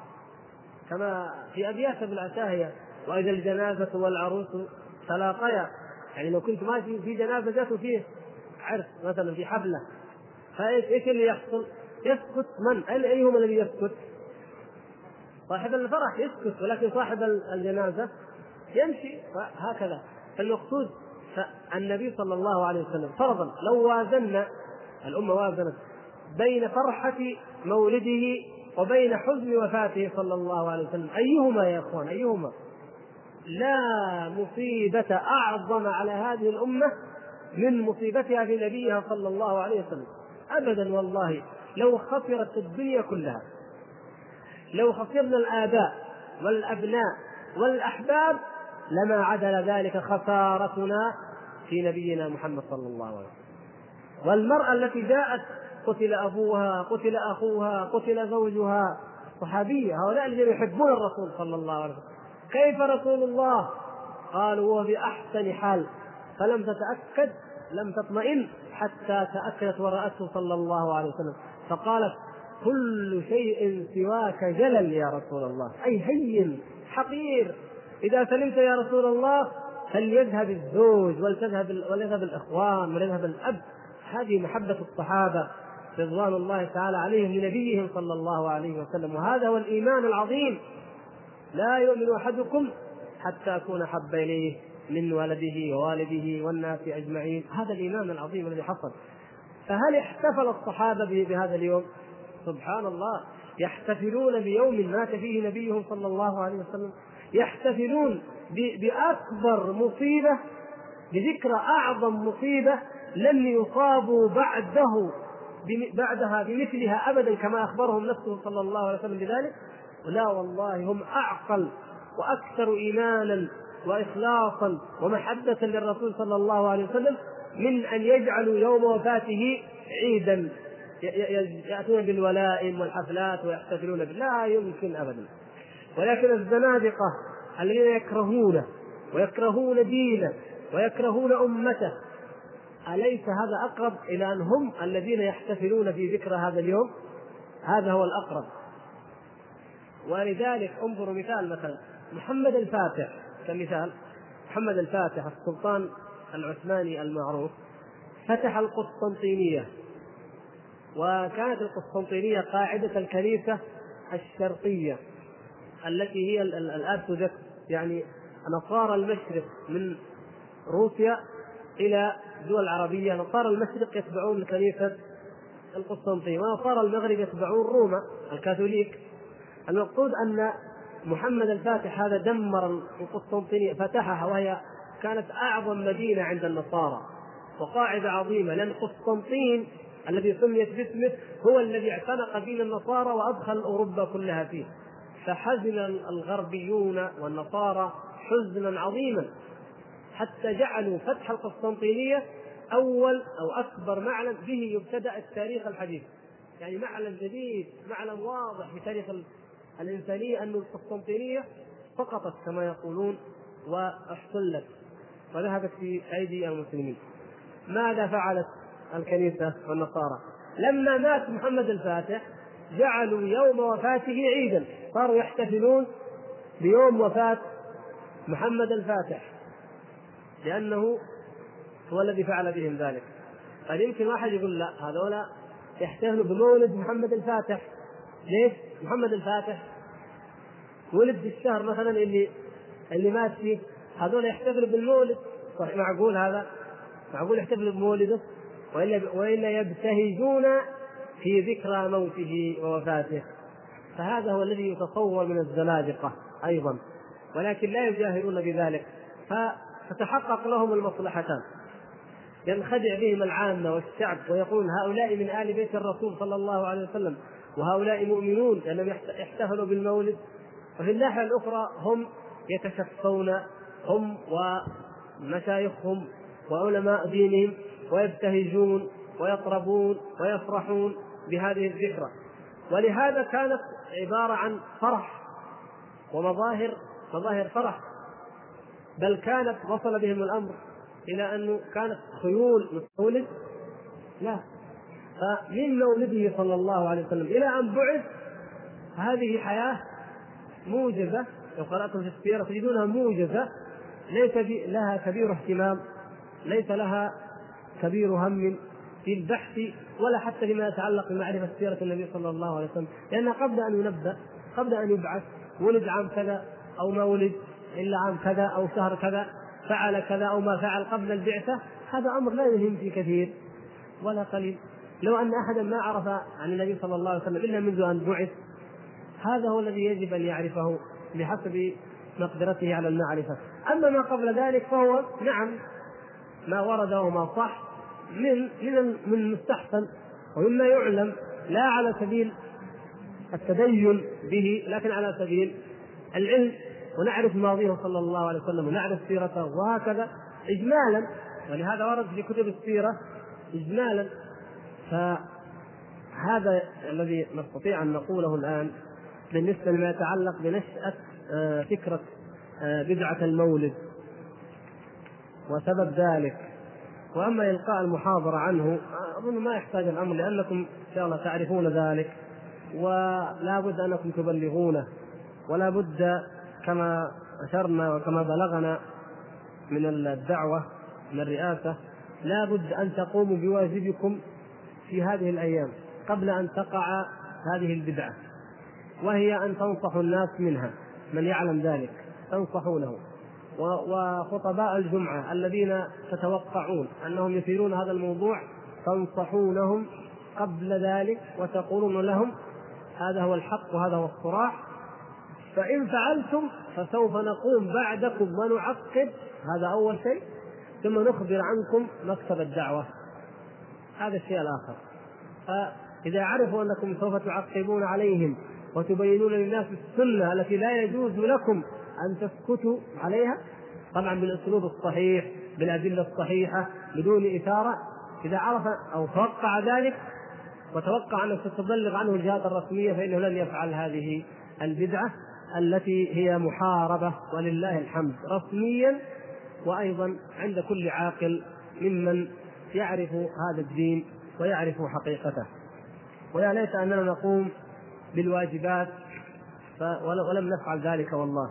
كما في أبيات ابن العتاهية: وإذا الجنازة والعروس تلاقيا. يعني لو كنت ماشي في جنازة جات فيه عرس مثلا في حفلة، فايش ايش اللي يحصل؟ يسكت من؟ أيهما الذي يسكت؟ صاحب الفرح يسكت، ولكن صاحب الجنازة يمشي. هكذا. فالمقصود فالنبي صلى الله عليه وسلم فرضا لو وازنا، الأمة وازنت بين فرحة مولده وبين حزن وفاته صلى الله عليه وسلم، أيهما يا أخوان؟ أيهما؟ لا مصيبة أعظم على هذه الأمة من مصيبتها في نبيها صلى الله عليه وسلم أبدا. والله لو خسرت الدنيا كلها، لو خسرنا الآباء والأبناء والأحباب، لما عدل ذلك خسارتنا في نبينا محمد صلى الله عليه وسلم. والمرأة التي جاءت قتل أبوها، قتل أخوها، قتل زوجها، صحابية، هؤلاء الذين يحبون الرسول صلى الله عليه وسلم، كيف رسول الله؟ قالوا وهو بأحسن حال، فلم تتأكد، لم تطمئن حتى تأكدت ورأته صلى الله عليه وسلم، فقالت كل شيء سواك جلل يا رسول الله، أي هين حقير، إذا سلمت يا رسول الله فليذهب الزوج ولتذهب وليذهب الإخوان وليذهب الأب. هذه محبة الصحابة رضوان الله تعالى عليهم لنبيهم صلى الله عليه وسلم، وهذا هو الإيمان العظيم. لا يؤمن أحدكم حتى أكون أحب إليه من ولده ووالده والناس أجمعين. هذا الإيمان العظيم الذي حصل. فهل احتفل الصحابة بهذا اليوم؟ سبحان الله، يحتفلون بيوم مات فيه نبيهم صلى الله عليه وسلم، يحتفلون بأكبر مصيبة، بذكرى أعظم مصيبة لم يصابوا بعده بعدها بمثلها أبدا، كما أخبرهم نفسه صلى الله عليه وسلم بذلك. لا والله هم أعقل وأكثر إيمانا وإخلاصا ومحبة للرسول صلى الله عليه وسلم من أن يجعلوا يوم وفاته عيدا يأتون بالولائم والحفلات ويحتفلون به، لا يمكن أبدا. ولكن الزنادقة الذين يكرهونه ويكرهون دينه ويكرهون أمته، أليس هذا أقرب إلى أن هم الذين يحتفلون في ذكرى هذا اليوم؟ هذا هو الأقرب. ولذلك انظروا مثال، مثلا محمد الفاتح كمثال. محمد الفاتح السلطان العثماني المعروف فتح القسطنطينية، وكانت القسطنطينية قاعدة الكنيسة الشرقية التي هي الأرثوذكس، يعني نصارى المشرق من روسيا إلى دول العربية. نصارى المشرق يتبعون الكنيسة القسطنطينية، ونصارى المغرب يتبعون روما الكاثوليك. المقصود أن محمد الفاتح هذا دمر القسطنطينية، فتحها، وهي كانت أعظم مدينة عند النصارى وقاعدة عظيمة، لأن قسطنطين الذي سميت باسمه هو الذي اعتنق دين النصارى وأدخل أوروبا كلها فيه. فحزن الغربيون والنصارى حزنا عظيما حتى جعلوا فتح القسطنطينية أول أو أكبر معلم به يبتدأ التاريخ الحديث، يعني معلم جديد، معلم واضح في تاريخ الإنسانية، أن القسطنطينية سقطت كما يقولون واحتلت وذهبت في أيدي المسلمين. ماذا فعلت الكنيسة والنصارى؟ لما مات محمد الفاتح جعلوا يوم وفاته عيدا، صاروا يحتفلون بيوم وفاة محمد الفاتح لأنه هو الذي فعل بهم ذلك. قد يمكن واحد يقول لا، هذولا يحتفلوا بمولد محمد الفاتح. ليش؟ محمد الفاتح ولد في الشهر مثلا اللي اللي مات فيه، هذول يحتفلوا بالمولد. صحيح؟ معقول هذا؟ معقول يحتفلوا بمولده؟ وإلا وإلا يبتهجون في ذكرى موته ووفاته. فهذا هو الذي يتصور من الزنادقة أيضا، ولكن لا يجاهرون بذلك، فتتحقق لهم المصلحتان. ينخدع بهم العامة والشعب ويقول هؤلاء من آل بيت الرسول صلى الله عليه وسلم وهؤلاء مؤمنون لأنهم يحتفلوا بالمولد، وفي الناحية الأخرى هم يتشفون، هم ومشايخهم وعلماء دينهم، ويبتهجون ويطربون ويفرحون بهذه الذكرى. ولهذا كانت عبارة عن فرح ومظاهر مظاهر فرح، بل كانت وصل بهم الأمر إلى أنه كانت خيول مولد. لا، فمن مولده صلى الله عليه وسلم إلى أن بعث هذه حياة موجزة، لو قرأتم في السيرة تجدونها موجزة، ليس لها كبير اهتمام، ليس لها كبير هم في البحث ولا حتى فيما يتعلق بمعرفة سيرة النبي صلى الله عليه وسلم، لأن قبل أن ينبأ، قبل أن يبعث، ولد عام كذا أو ما ولد إلا عام كذا أو شهر كذا، فعل كذا أو ما فعل قبل البعثة، هذا أمر لا يهم في كثير ولا قليل. لو أن أحدا ما عرف عن النبي صلى الله عليه وسلم إلا منذ أن بعث، هذا هو الذي يجب أن يعرفه بحسب مقدرته على المعرفة. أما ما قبل ذلك فهو نعم ما ورد وما صح من من من المستحسن ومما يعلم، لا على سبيل التدين به لكن على سبيل العلم، ونعرف ماضيه صلى الله عليه وسلم ونعرف سيرته وهكذا إجمالا، ولهذا ورد في كتب السيرة إجمالا. فهذا الذي نستطيع أن نقوله الآن بالنسبة لما يتعلق بنشأة فكرة بدعة المولد وسبب ذلك. وأما إلقاء المحاضرة عنه أظن ما يحتاج الأمر، لأنكم إن شاء الله تعرفون ذلك ولا بد أنكم تبلغونه، ولا بد كما أشرنا وكما بلغنا من الدعوة من الرئاسة لا بد أن تقوموا بواجبكم في هذه الأيام قبل أن تقع هذه البدعة، وهي أن تنصحوا الناس منها، من يعلم ذلك تنصحونه، وخطباء الجمعة الذين تتوقعون أنهم يثيرون هذا الموضوع تنصحونهم قبل ذلك وتقولون لهم هذا هو الحق وهذا هو الصراح، فإن فعلتم فسوف نقوم بعدكم ونعقب، هذا أول شيء، ثم نخبر عنكم مكتب الدعوة، هذا الشيء الآخر. فإذا عرفوا أنكم سوف تعقبون عليهم وتبينون للناس السنة التي لا يجوز لكم أن تسكتوا عليها، طبعا بالأسلوب الصحيح بالأدلة الصحيحة بدون إثارة، إذا عرف أو توقع ذلك وتوقع أنك تبلغ عنه الجهات الرسمية فإنه لن يفعل هذه البدعة التي هي محاربة ولله الحمد رسميا، وأيضا عند كل عاقل ممن يعرف هذا الدين ويعرف حقيقته. ويا ليت أننا نقوم بالواجبات ولم نفعل ذلك والله.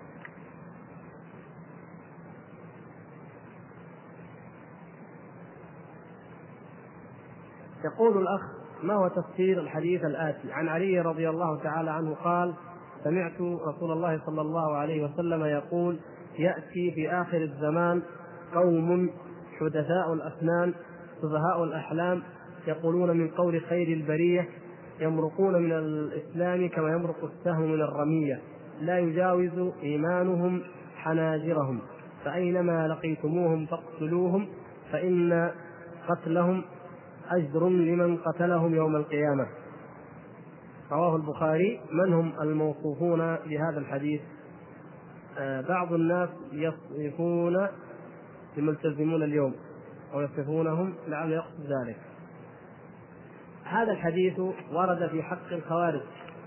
يقول الأخ: ما هو تفسير الحديث الآتي عن علي رضي الله تعالى عنه قال: سمعت رسول الله صلى الله عليه وسلم يقول: يأتي في آخر الزمان قوم حدثاء الأسنان سفهاء الأحلام يقولون من قول خير البرية، يمرقون من الإسلام كما يمرق السهم من الرمية، لا يجاوز إيمانهم حناجرهم، فأينما لقيتموهم فاقتلوهم فإن قتلهم أجر لمن قتلهم يوم القيامة. رواه البخاري. من هم الموصوفون بهذا الحديث؟ آه بعض الناس يصفون الملتزمون اليوم أو يصفونهم لعل يقصد ذلك. هذا الحديث ورد في حق الخوارج،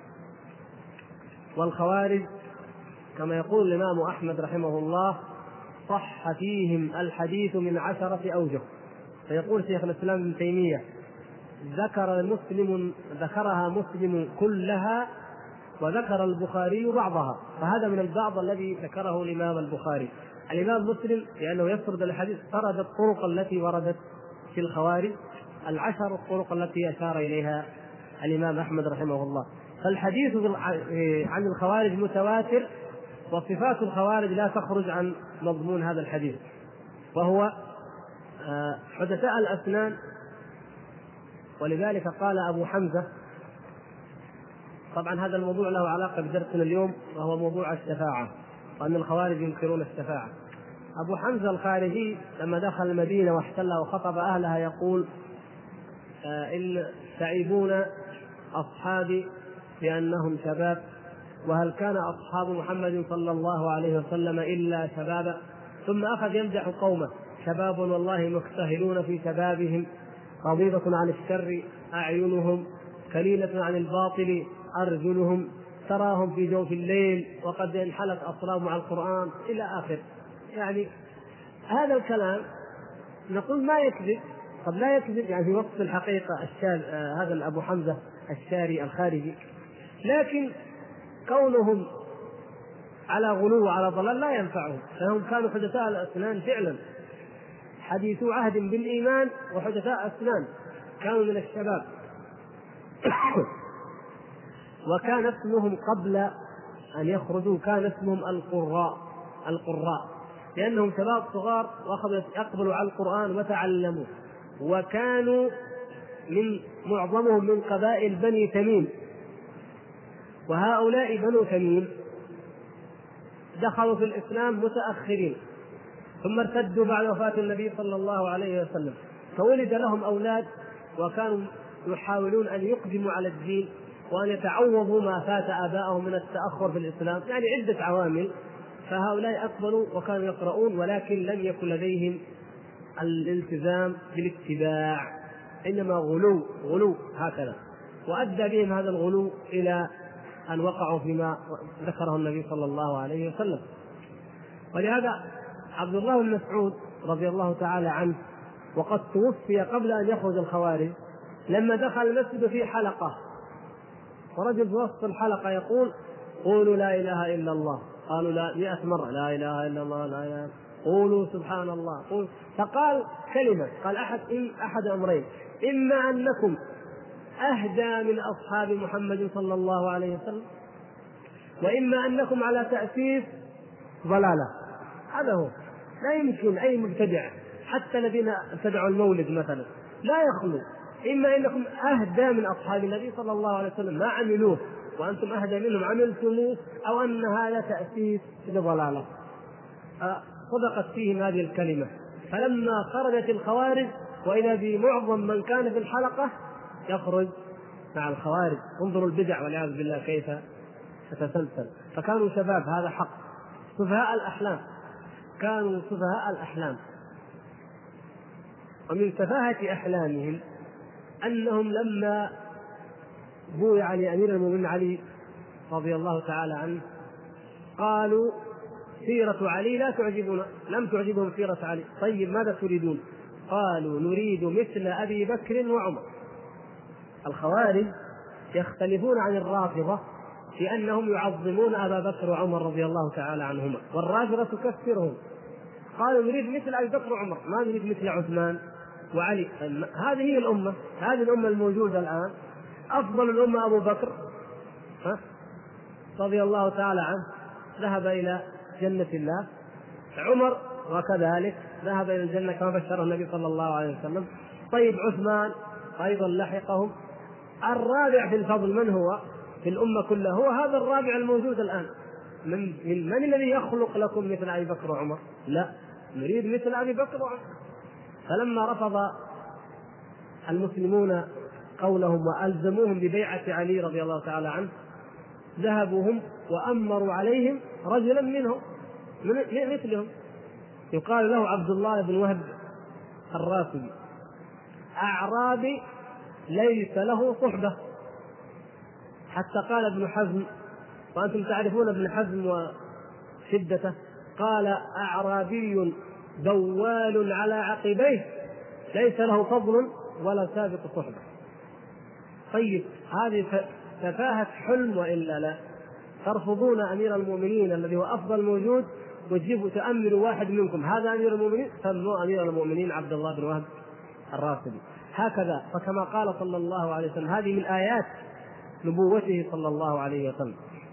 والخوارج كما يقول الإمام أحمد رحمه الله صح فيهم الحديث من عشرة أوجه. فيقول شيخ الإسلام ابن تيمية: ذكر مسلم ذكرها مسلم كلها وذكر البخاري بعضها، فهذا من البعض الذي ذكره الإمام البخاري. الإمام مسلم لأنه يسرد الحديث سرد الطرق التي وردت في الخوارج، العشر الطرق التي أشار إليها الإمام أحمد رحمه الله. فالحديث عن الخوارج متواتر، وصفات الخوارج لا تخرج عن مضمون هذا الحديث، وهو حدثاء الأسنان. ولذلك قال أبو حمزة، طبعا هذا الموضوع له علاقة بدرسنا اليوم وهو موضوع الشفاعة، وأن الخوارج ينكرون الشفاعة. أبو حمزة الخارجي لما دخل المدينة واحتلها وخطب أهلها يقول: إن تعيبون أصحابي بأنهم شباب، وهل كان أصحاب محمد صلى الله عليه وسلم إلا شبابا؟ ثم أخذ يمدح قومه: شباب والله مكتهلون في شبابهم، قضيبة عن الشر أعينهم، كليلة عن الباطل أرجلهم، تراهم في جوف الليل وقد انحلت أصلابهم على القرآن، إلى آخر. يعني هذا الكلام نقول ما يكذب، قد لا يكذب يعني في وصف الحقيقة الشاذ. آه هذا أبو حمزة الشاري الخارجي لكن كونهم على غلو وعلى ضلال لا ينفعهم، فهم كانوا حدثاء الأسنان فعلا، حديثو عهد بالإيمان وحدثاء أسنان، كانوا من الشباب. وكان اسمهم قبل أن يخرجوا كان اسمهم القراء، القراء لأنهم شباب صغار وأخذوا يقبلوا على القرآن وتعلموا، وكانوا من معظمهم من قبائل بني تميم، وهؤلاء بنو تميم دخلوا في الإسلام متأخرين، ثم ارتدوا بعد وفاة النبي صلى الله عليه وسلم، فولد لهم أولاد وكانوا يحاولون أن يقدموا على الدين وأن يتعوضوا ما فات آبائهم من التأخر في الإسلام، يعني عدة عوامل. فهؤلاء أقبلوا وكانوا يقرؤون، ولكن لم يكن لديهم الالتزام بالاتباع، إنما غلو غلو هكذا، وأدى بهم هذا الغلو إلى أن وقعوا فيما ذكره النبي صلى الله عليه وسلم. ولهذا عبد الله بن مسعود رضي الله تعالى عنه وقد توفي قبل أن يخرج الخوارج، لما دخل المسجد في حلقة ورجل في وسط الحلقة يقول: قولوا لا إله إلا الله. قالوا لا مئة مرة: لا إله إلا الله، لا إله. قولوا سبحان الله، قول. فقال كلمة، قال أحد إن أحد أمرين: إما أنكم أهدى من أصحاب محمد صلى الله عليه وسلم، وإما أنكم على تأسيس ضلالة. هذا هو. لا يمكن أي مبتدع حتى الذين ابتدعوا المولد مثلا لا يخلو، إما أنكم أهدى من أصحاب النبي صلى الله عليه وسلم ما عملوه وأنتم أهدى منهم عملتموه، أو أن هذا تأسيس لضلالة. صدقت فيهم هذه الكلمة. فلما خرجت الخوارج وإذا بمعظم من كان في الحلقة يخرج مع الخوارج. انظروا البدع والعياذ بالله كيف تتسلسل. فكانوا شباب، هذا حق، سفهاء الأحلام، كانوا سفهاء الأحلام. ومن سفاهة أحلامهم أنهم لما بويع لأمير المؤمنين علي رضي الله تعالى عنه قالوا: سيرة علي لا تعجبنا، لم تعجبهم سيرة علي. طيب ماذا تريدون؟ قالوا: نريد مثل أبي بكر وعمر. الخوارج يختلفون عن الرافضة في أنهم يعظمون أبا بكر وعمر رضي الله تعالى عنهما، والرافضة تكفرهم. قالوا: نريد مثل أبي بكر وعمر، ما نريد مثل عثمان وعلي. هذه هي الأمة، هذه الأمة الموجودة الآن. أفضل الأمة أبو بكر رضي الله تعالى عنه ذهب إلى جنة الله، عمر وكذلك ذهب إلى الجنة كما بشر النبي صلى الله عليه وسلم. طيب عثمان أيضا لحقهم. الرابع في الفضل من هو في الأمة كلها؟ هو هذا الرابع الموجود الآن. من, من, من الذي يخلق لكم مثل أبي بكر وعمر؟ لا، نريد مثل أبي بكر وعمر. فلما رفض المسلمون قولهم وألزموهم ببيعة علي رضي الله تعالى عنه، ذهبوا هم وأمروا عليهم رجلا منهم مثلهم يقال له عبد الله بن وهب الراسبي، أعرابي ليس له صحبة. حتى قال ابن حزم، وأنتم تعرفون ابن حزم وشدته، قال: أعرابي دوال على عقبيه ليس له فضل ولا سابق صحبة. طيب هذه تفاهة حلم وإلا لا؟ ترفضون أمير المؤمنين الذي هو أفضل موجود وتجيبوا تأمروا واحد منكم هذا أمير المؤمنين، سموا أمير المؤمنين عبد الله بن وهب الراسبي. هكذا. فكما قال صلى الله عليه وسلم، هذه من آيات نبوته صلى الله عليه وسلم.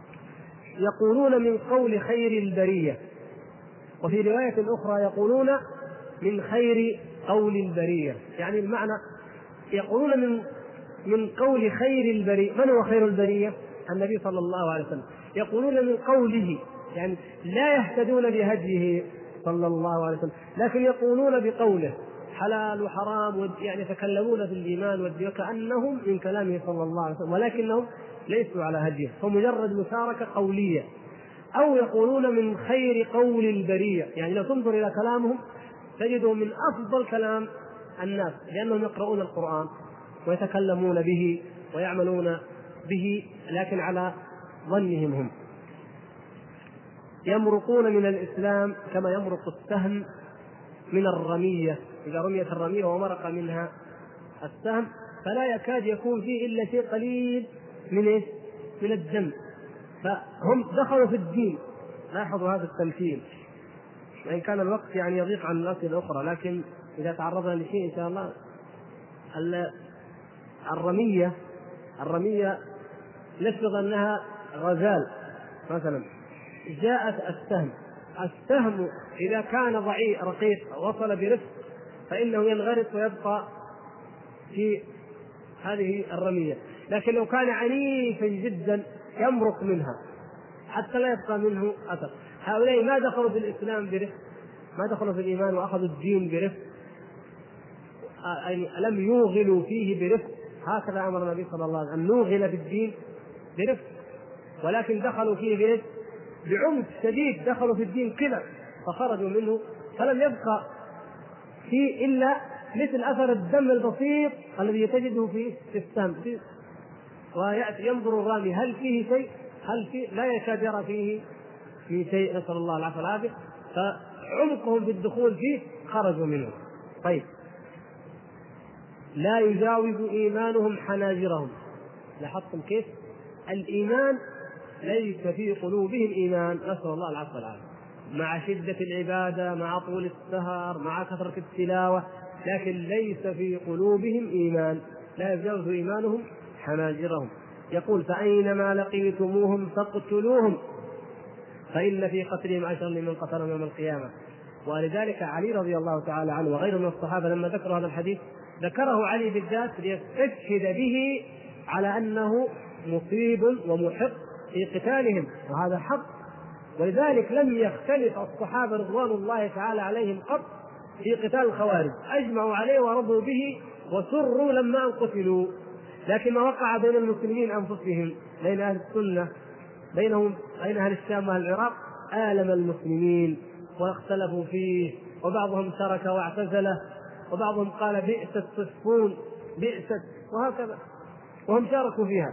يقولون من قول خير البرية، وفي رواية أخرى يقولون من خير قول البرية، يعني المعنى يقولون من من قول خير البرية. من هو خير البرية؟ النبي صلى الله عليه وسلم. يقولون من قوله، يعني لا يهتدون بهديه صلى الله عليه وسلم، لكن يقولون بقوله حلال وحرام، يعني يتكلمون في الإيمان والدين كأنهم من كلامه صلى الله عليه وسلم، ولكنهم ليسوا على هديه، هم مجرد مشاركة قولية. أو يقولون من خير قول البرية، يعني لو تنظر إلى كلامهم تجدوا من أفضل كلام الناس، لأنهم يقرؤون القرآن ويتكلمون به ويعملون به، لكن على ظنهم هم. يمرقون من الإسلام كما يمرق السهم من الرمية، إذا رميت الرمية ومرق منها السهم فلا يكاد يكون فيه إلا شيء قليل من إيه؟ من الدم، فهم دخلوا في الدين. لاحظوا هذا التمثيل، وإن كان الوقت يعني يضيق عن الأسئلة الأخرى، لكن إذا تعرضنا لشيء إن شاء الله. الرمية الرمية نفرض أنها غزال مثلا، جاءت السهم السهم إذا كان ضعيف رقيق وصل برفق فإنه ينغرس ويبقى في هذه الرمية، لكن لو كان عنيفا جدا يمرق منها حتى لا يبقى منه أثر. هؤلاء ما دخلوا في الإسلام برفق، ما دخلوا في الإيمان وأخذوا الدين برفق، يعني لم يوغلوا فيه برفق. هكذا أمر النبي صلى الله عليه وسلم أن نوغل في الدين برفق، ولكن دخلوا فيه برفق بعنف شديد، دخلوا في الدين كذا فخرجوا منه، فلم يبقى فيه إلا مثل أثر الدم البسيط الذي تجده في السهم، ويأتي ينظر الرامي هل فيه شيء، هل فيه، لا يكاد يرى فيه في شيء، نسأل الله العافية والعافية، فعمقهم في الدخول فيه خرجوا منه. طيب، لا يجاوز إيمانهم حناجرهم. لاحظتم كيف؟ الإيمان ليس في قلوبهم إيمان، نسأل الله العافية والعافية، مع شدة العبادة، مع طول السهر، مع كثرة التلاوة، لكن ليس في قلوبهم إيمان، لا يجاوز إيمانهم حناجرهم. يقول فأينما لقيتموهم فاقتلوهم فإن في قتلهم أجرا لمن قتلهم يوم القيامة. ولذلك علي رضي الله تعالى عنه وغيره من الصحابة لما ذكروا هذا الحديث ذكره علي بالذات ليستشهد به على أنه مصيب ومحق في قتالهم، وهذا حق. ولذلك لم يختلف الصحابة رضوان الله تعالى عليهم قط في قتال الخوارج، أجمعوا عليه ورضوا به وسروا لما قتلوا. لكن ما وقع بين المسلمين أنفسهم، بين أهل السنة، بينهم بين أهل الشام وأهل العراق، آلم المسلمين واختلفوا فيه، وبعضهم ترك واعتزله، وبعضهم قال بئست صفون بئست، وهكذا، وهم شاركوا فيها.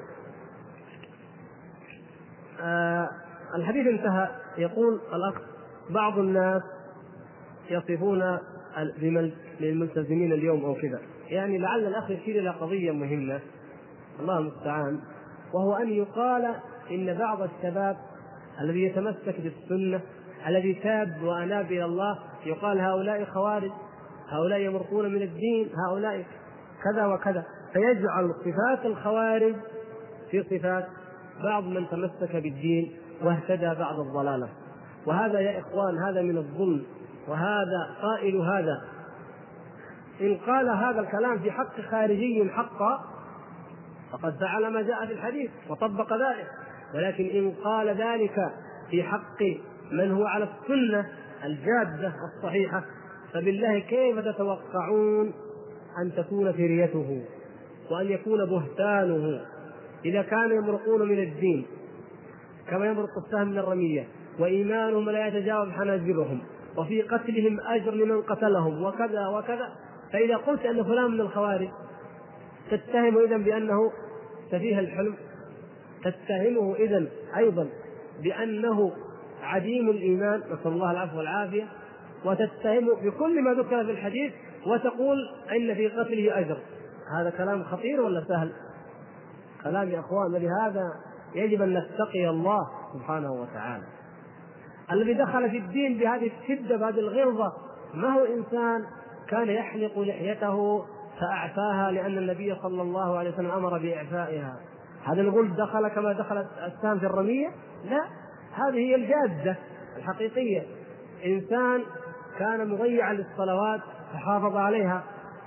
آه الحديث انتهى. يقول الأخ بعض الناس يصفون بالملتزمين اليوم أو كذا، يعني لعل الأخ يشير إلى قضية مهمة الله المستعان، وهو أن يقال إن بعض الشباب الذي يتمسك بالسنة الذي تاب وأناب إلى الله يقال هؤلاء خوارج، هؤلاء يمرقون من الدين، هؤلاء كذا وكذا، فيجعل صفات الخوارج في صفات بعض من تمسك بالدين واهتدى بعض الضلالة. وهذا يا إخوان هذا من الظلم، وهذا قائل هذا إن قال هذا الكلام في حق خارجي حقا فقد فعل ما جاء في الحديث وطبق ذلك، ولكن إن قال ذلك في حق من هو على السنة الجادة الصحيحة فبالله كيف تتوقعون أن تكون فريته وأن يكون بهتانه إذا كانوا يمرقون من الدين كما يمرق السهم من الرمية، وإيمانهم لا يتجاوز حناجرهم، وفي قتلهم أجر لمن قتلهم، وكذا وكذا. فإذا قلت أن فلان من الخوارج تتهم إذن بأنه سفيه الحلم، تتهمه إذن أيضا بأنه عديم الإيمان، نسأل الله العفو والعافية، وتتهمه بكل ما ذكر في الحديث وتقول إن في قتله أجر. هذا كلام خطير ولا سهل؟ كلام يا أخوان، لهذا يجب أن نتقي الله سبحانه وتعالى. الذي دخل في الدين بهذه الشدة بهذه الغلظة ما هو إنسان كان يحلق لحيته فأعفاها لأن النبي صلى الله عليه وسلم أمر بإعفائها. هذا نقول دخل كما دخلت السهم في الرمية؟ لا، هذه هي الجادة الحقيقية. إنسان كان مضيعا للصلوات فحافظ عليها،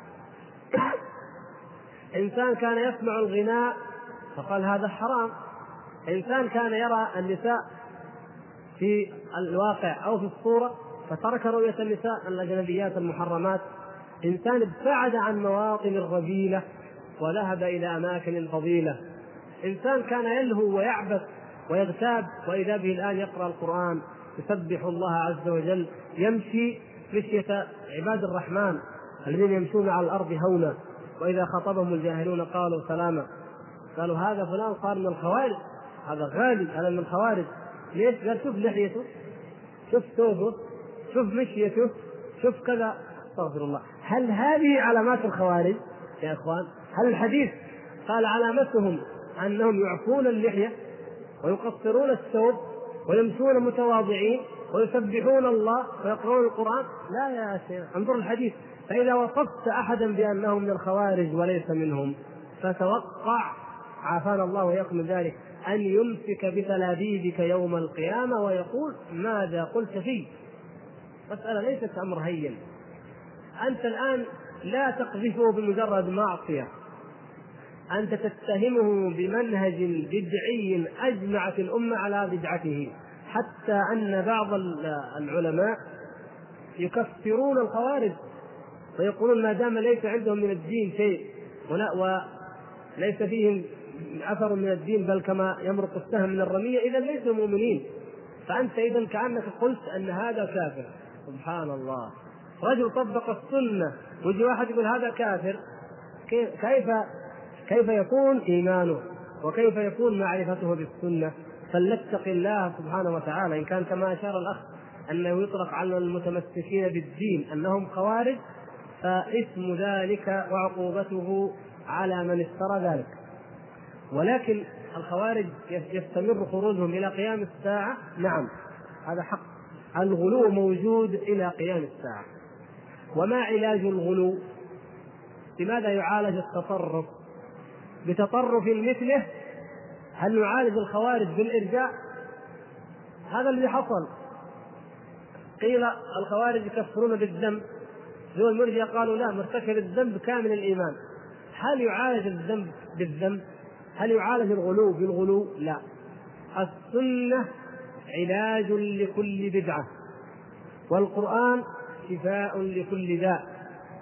إنسان كان يسمع الغناء فقال هذا حرام، إنسان كان يرى النساء في الواقع أو في الصورة فترك رؤية النساء الأجنبيات المحرمات، إنسان ابتعد عن مواطن الرذيلة وذهب إلى أماكن الفضيلة، إنسان كان يلهو ويعبث ويغتاب وإذا به الآن يقرأ القرآن يسبح الله عز وجل، يمشي مشية عباد الرحمن الذين يمشون على الأرض هونا وإذا خطبهم الجاهلون قالوا سلاما. قالوا هذا فلان صار من الخوارج، هذا غالي، هذا من الخوارج. ليش؟ قال شوف لحيته، شوف ثوبه، شوف مشيته، شوف كذا. استغفر الله. هل هذه علامات الخوارج يا إخوان؟ هل الحديث قال علامتهم أنهم يعفون اللحية؟ ويقصرون الثوب ويمشون متواضعين ويسبحون الله ويقرؤون القرآن؟ لا يا شيخ، انظر الحديث. فإذا وصفت أحدا بأنه من الخوارج وليس منهم فتوقع عافانا الله وإياكم من ذلك أن يمسك بتلابيبك يوم القيامة ويقول ماذا قلت فيه. مسألة ليست أمر هين. أنت الآن لا تقذفه بمجرد معصية، أنت تتهمه بمنهج بدعي أجمعت الأمة على بدعته، حتى أن بعض العلماء يكفرون الخوارج ويقولون ما دام ليس عندهم من الدين شيء وليس فيهم أثر من الدين بل كما يمرق السهم من الرمية إذا ليسوا مؤمنين. فأنت إذن كأنك قلت أن هذا كافر. سبحان الله، رجل طبق السنة ويجي واحد يقول هذا كافر. كيف كيف يكون إيمانه وكيف يكون معرفته بالسنة؟ فلنتق الله سبحانه وتعالى. إن كان كما أشار الأخ أنه يطلق على المتمسكين بالدين أنهم خوارج، فاسم ذلك وعقوبته على من افترى ذلك. ولكن الخوارج يستمر خروجهم إلى قيام الساعة، نعم هذا حق، الغلو موجود إلى قيام الساعة. وما علاج الغلو؟ لماذا يعالج التطرف؟ بتطرف مثله؟ هل نعالج الخوارج بالإرجاء؟ هذا الذي حصل. قيل الخوارج يكفرون بالذنب، ذو المرجئة قالوا لا، مرتكب الذنب كامل الإيمان. هل يعالج الذنب بالذنب؟ هل يعالج الغلو بالغلو؟ لا. السنة علاج لكل بدعة، والقرآن شفاء لكل داء.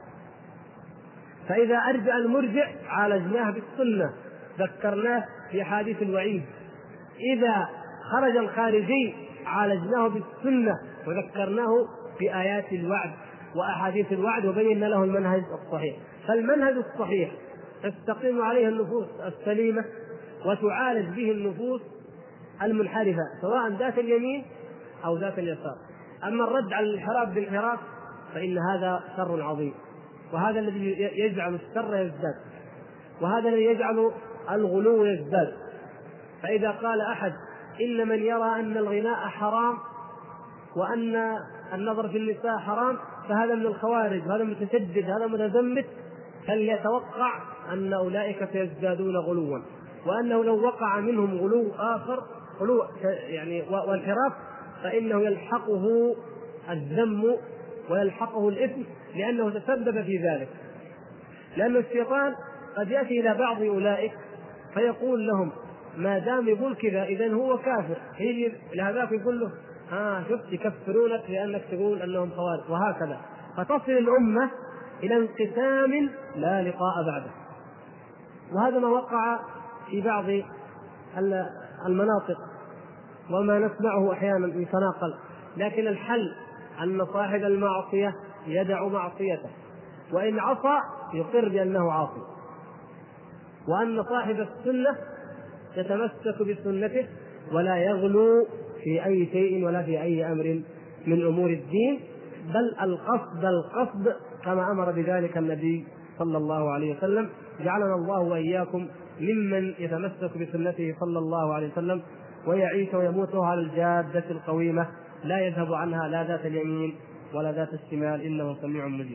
فإذا أرجع المرجع عالجناه بالسنة، ذكرناه في حديث الوعيد. إذا خرج الخارجي عالجناه بالسنة وذكرناه بآيات الوعد وأحاديث الوعد وبينا له المنهج الصحيح. فالمنهج الصحيح تستقيم عليه النفوس السليمة وتعالج به النفوس المنحرفة سواء ذات اليمين أو ذات اليسار. أما الرد على الانحراف بالانحراف فإن هذا شر عظيم، وهذا الذي يجعل الشر يزداد، وهذا الذي يجعل الغلو يزداد. فإذا قال أحد إن من يرى أن الغناء حرام وأن النظر في النساء حرام فهذا من الخوارج، هذا متشدد، هذا متزمت، فليتوقع أن أولئك سيزدادون غلوا، وأنه لو وقع منهم غلو آخر غلو يعني وانحراف فإنه يلحقه الذم ويلحقه الإثم لأنه تسبب في ذلك. لأن الشيطان قد يأتي إلى بعض أولئك فيقول لهم ما دام يقول كذا إذن هو كافر، يجي لهذاك يقول له ها شفت يكفرونك لأنك تقول أنهم خوارج، وهكذا. فتصل الأمة إلى انقسام لا لقاء بعده. وهذا ما وقع في بعض المناطق وما نسمعه أحيانا يتناقل. لكن الحل أن صاحب المعصية يدع معصيته، وإن عصى يقر بأنه عاصي، وأن صاحب السنة يتمسك بسنته ولا يغلو في أي شيء ولا في أي أمر من أمور الدين، بل القصد القصد كما أمر بذلك النبي صلى الله عليه وسلم. جعلنا الله وإياكم ممن يتمسك بسنته صلى الله عليه وسلم ويعيش ويموت على الجادة القويمة لا يذهب عنها لا ذات اليمين ولا ذات الشمال، إنه سميع مجيب.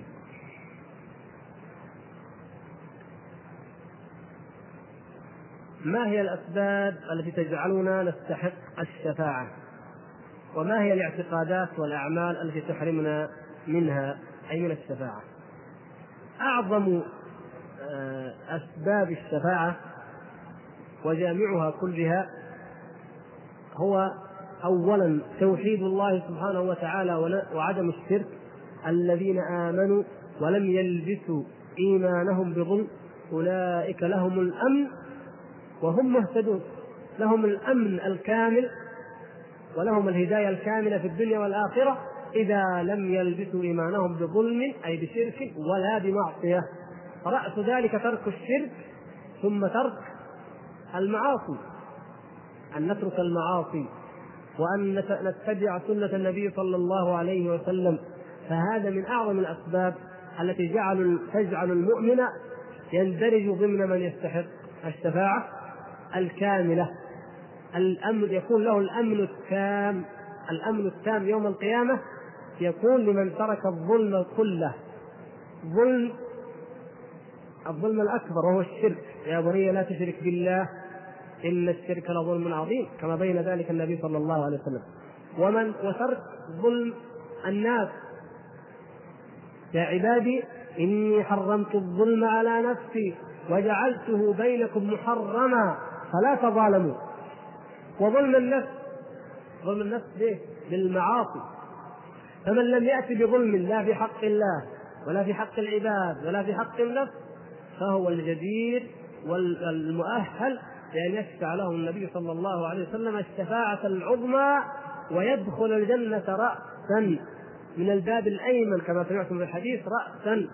ما هي الأسباب التي تجعلنا نستحق الشفاعة؟ وما هي الاعتقادات والأعمال التي تحرمنا منها أي من الشفاعة؟ أعظم أسباب الشفاعة وجامعها كلها هو أولا توحيد الله سبحانه وتعالى وعدم الشرك. الذين آمنوا ولم يلبسوا إيمانهم بظلم أولئك لهم الأمن وهم مهتدون. لهم الأمن الكامل ولهم الهداية الكاملة في الدنيا والآخرة إذا لم يلبسوا إيمانهم بظلم أي بشرك ولا بمعصية. رأس ذلك ترك الشرك ثم ترك المعاصي، أن نترك المعاصي وأن نتبع سنة النبي صلى الله عليه وسلم. فهذا من أعظم الأسباب التي جعل تجعل المؤمن يندرج ضمن من يستحق الشفاعة الكاملة. الأمن يكون له الأمن التام، الأمن التام يوم القيامة يكون لمن ترك الظلم كله. ظلم الظلم الأكبر وهو الشرك، يا بني لا تشرك بالله إن الشرك لظلم عظيم، كما بين ذلك النبي صلى الله عليه وسلم. ومن وترك ظلم الناس، يا عبادي إني حرمت الظلم على نفسي وجعلته بينكم محرما فلا تظالموا. وظلم النفس، ظلم النفس ليه؟ بالمعاصي. فمن لم يأتي بظلم لا في حق الله ولا في حق العباد ولا في حق النفس فهو الجدير والمؤهل لأن يشفع له النبي صلى الله عليه وسلم الشفاعة العظمى ويدخل الجنة رأسا من الباب الأيمن كما سمعتم في الحديث، رأسا.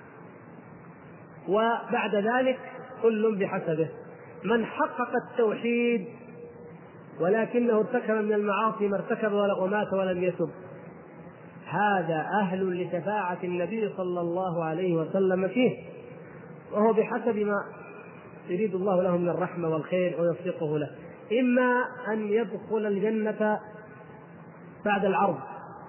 وبعد ذلك كل بحسبه. من حقق التوحيد ولكنه ارتكب من المعاصي ما ارتكب ومات ولم يتب، هذا أهل لشفاعة النبي صلى الله عليه وسلم فيه، وهو بحسب ما يريد الله له من الرحمة والخير ويوفقه له. إما أن يدخل الجنة بعد العرض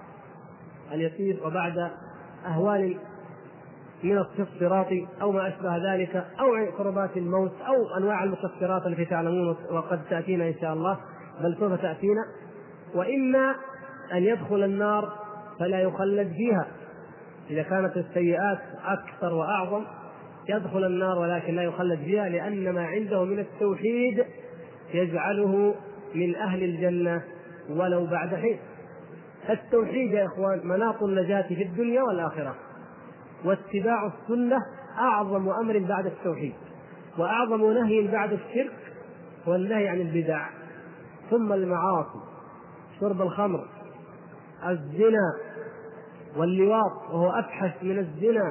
اليسير وبعد أهوال من الصراط أو ما أشبه ذلك، أو قربات الموت، أو أنواع المكفرات التي تعلمون وقد تأتينا إن شاء الله، بل سوف تأتينا. وإما أن يدخل النار فلا يخلد فيها، إذا كانت السيئات أكثر وأعظم يدخل النار ولكن لا يخلد فيها، لأن ما عنده من التوحيد يجعله من أهل الجنة ولو بعد حين. التوحيد يا إخوان مناط النجاة في الدنيا والآخرة، واتباع السنة أعظم أمر بعد التوحيد، وأعظم نهي بعد الشرك هو النهي عن البدع، ثم المعاصي، شرب الخمر، الزنا واللواط وهو أفحش من الزنا،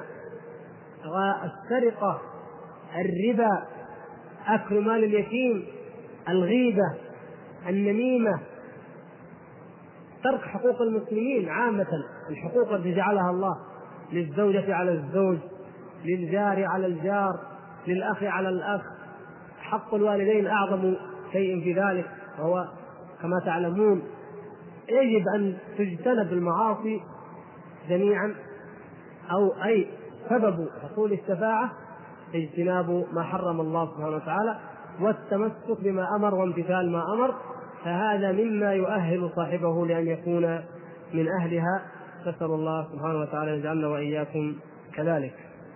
والسرقة، الربا، أكل مال اليتيم، الغيبة، النميمة، ترك حقوق المسلمين عامة، الحقوق التي جعلها الله للزوجة على الزوج، للجار على الجار، للأخ على الأخ، حق الوالدين أعظم شيء في ذلك، وهو كما تعلمون يجب أن تجتنب المعاصي جميعا، أو أي سبب حصول الشفاعة اجتناب ما حرم الله سبحانه وتعالى والتمسك بما أمر وامتثال ما أمر، فهذا مما يؤهل صاحبه لأن يكون من أهلها. نسأل الله سبحانه وتعالى أن يجعلنا وإياكم كذلك.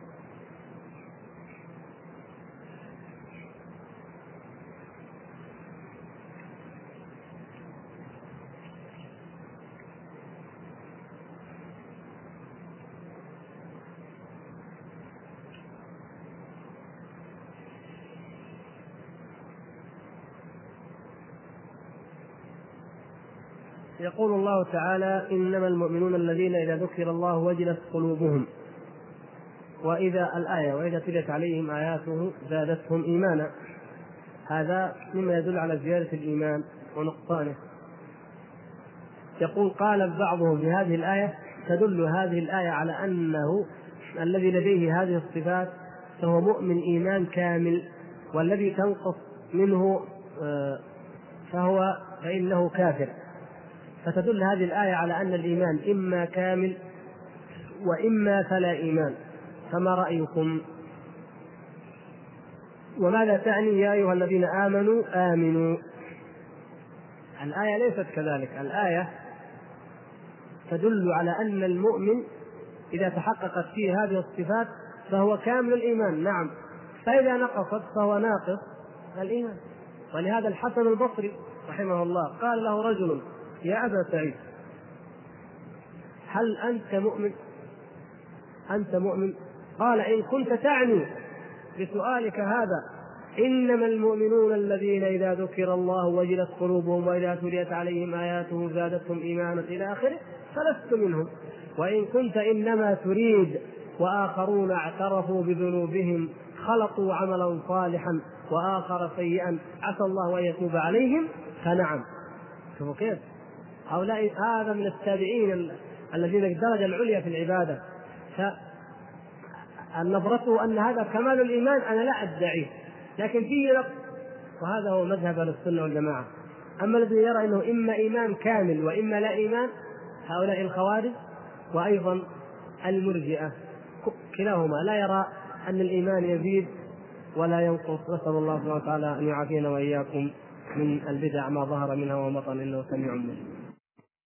يقول الله تعالى: إنما المؤمنون الذين إذا ذكر الله وجلت قلوبهم وإذا الآية وإذا تليت عليهم آياته زادتهم إيمانا. هذا مما يدل على زيادة الإيمان ونقصانه. يقول: قال بعضهم في هذه الآية تدل هذه الآية على أنه الذي لديه هذه الصفات فهو مؤمن إيمان كامل، والذي تنقص منه فهو فإنه كافر. فتدل هذه الآية على أن الإيمان إما كامل وإما فلا إيمان. فما رأيكم؟ وماذا تعني يا أيها الذين آمنوا آمنوا؟ الآية ليست كذلك. الآية تدل على أن المؤمن إذا تحققت فيه هذه الصفات فهو كامل الإيمان، نعم، فإذا نقصت فهو ناقص الإيمان. ولهذا الحسن البصري رحمه الله قال له رجل: يا أبا سعيد، هل أنت مؤمن؟ أنت مؤمن؟ قال: إن كنت تعني بسؤالك هذا إنما المؤمنون الذين إذا ذكر الله وجلت قلوبهم وإذا تليت عليهم آياته زادتهم إيمانا إلى آخره فلست منهم. وإن كنت إنما تريد وآخرون اعترفوا بذنوبهم خلطوا عملا صالحا وآخر سيئا عسى الله أن يتوب عليهم فنعم. شوفوا كيف هؤلاء، هذا من التابعين الذين الدرجة العليا في العبادة. فنظرته أن هذا كمال الإيمان أنا لا أدعيه، لكن فيه نقص، وهذا هو مذهب أهل السنة والجماعة. أما الذي يرى أنه إما إيمان كامل وإما لا إيمان هؤلاء الخوارج، وأيضا المرجئة كلاهما لا يرى أن الإيمان يزيد ولا ينقص. نسأل الله سبحانه وتعالى أن يعافينا وإياكم من البدع ما ظهر منها وما بطن، إنه سميع مجيب.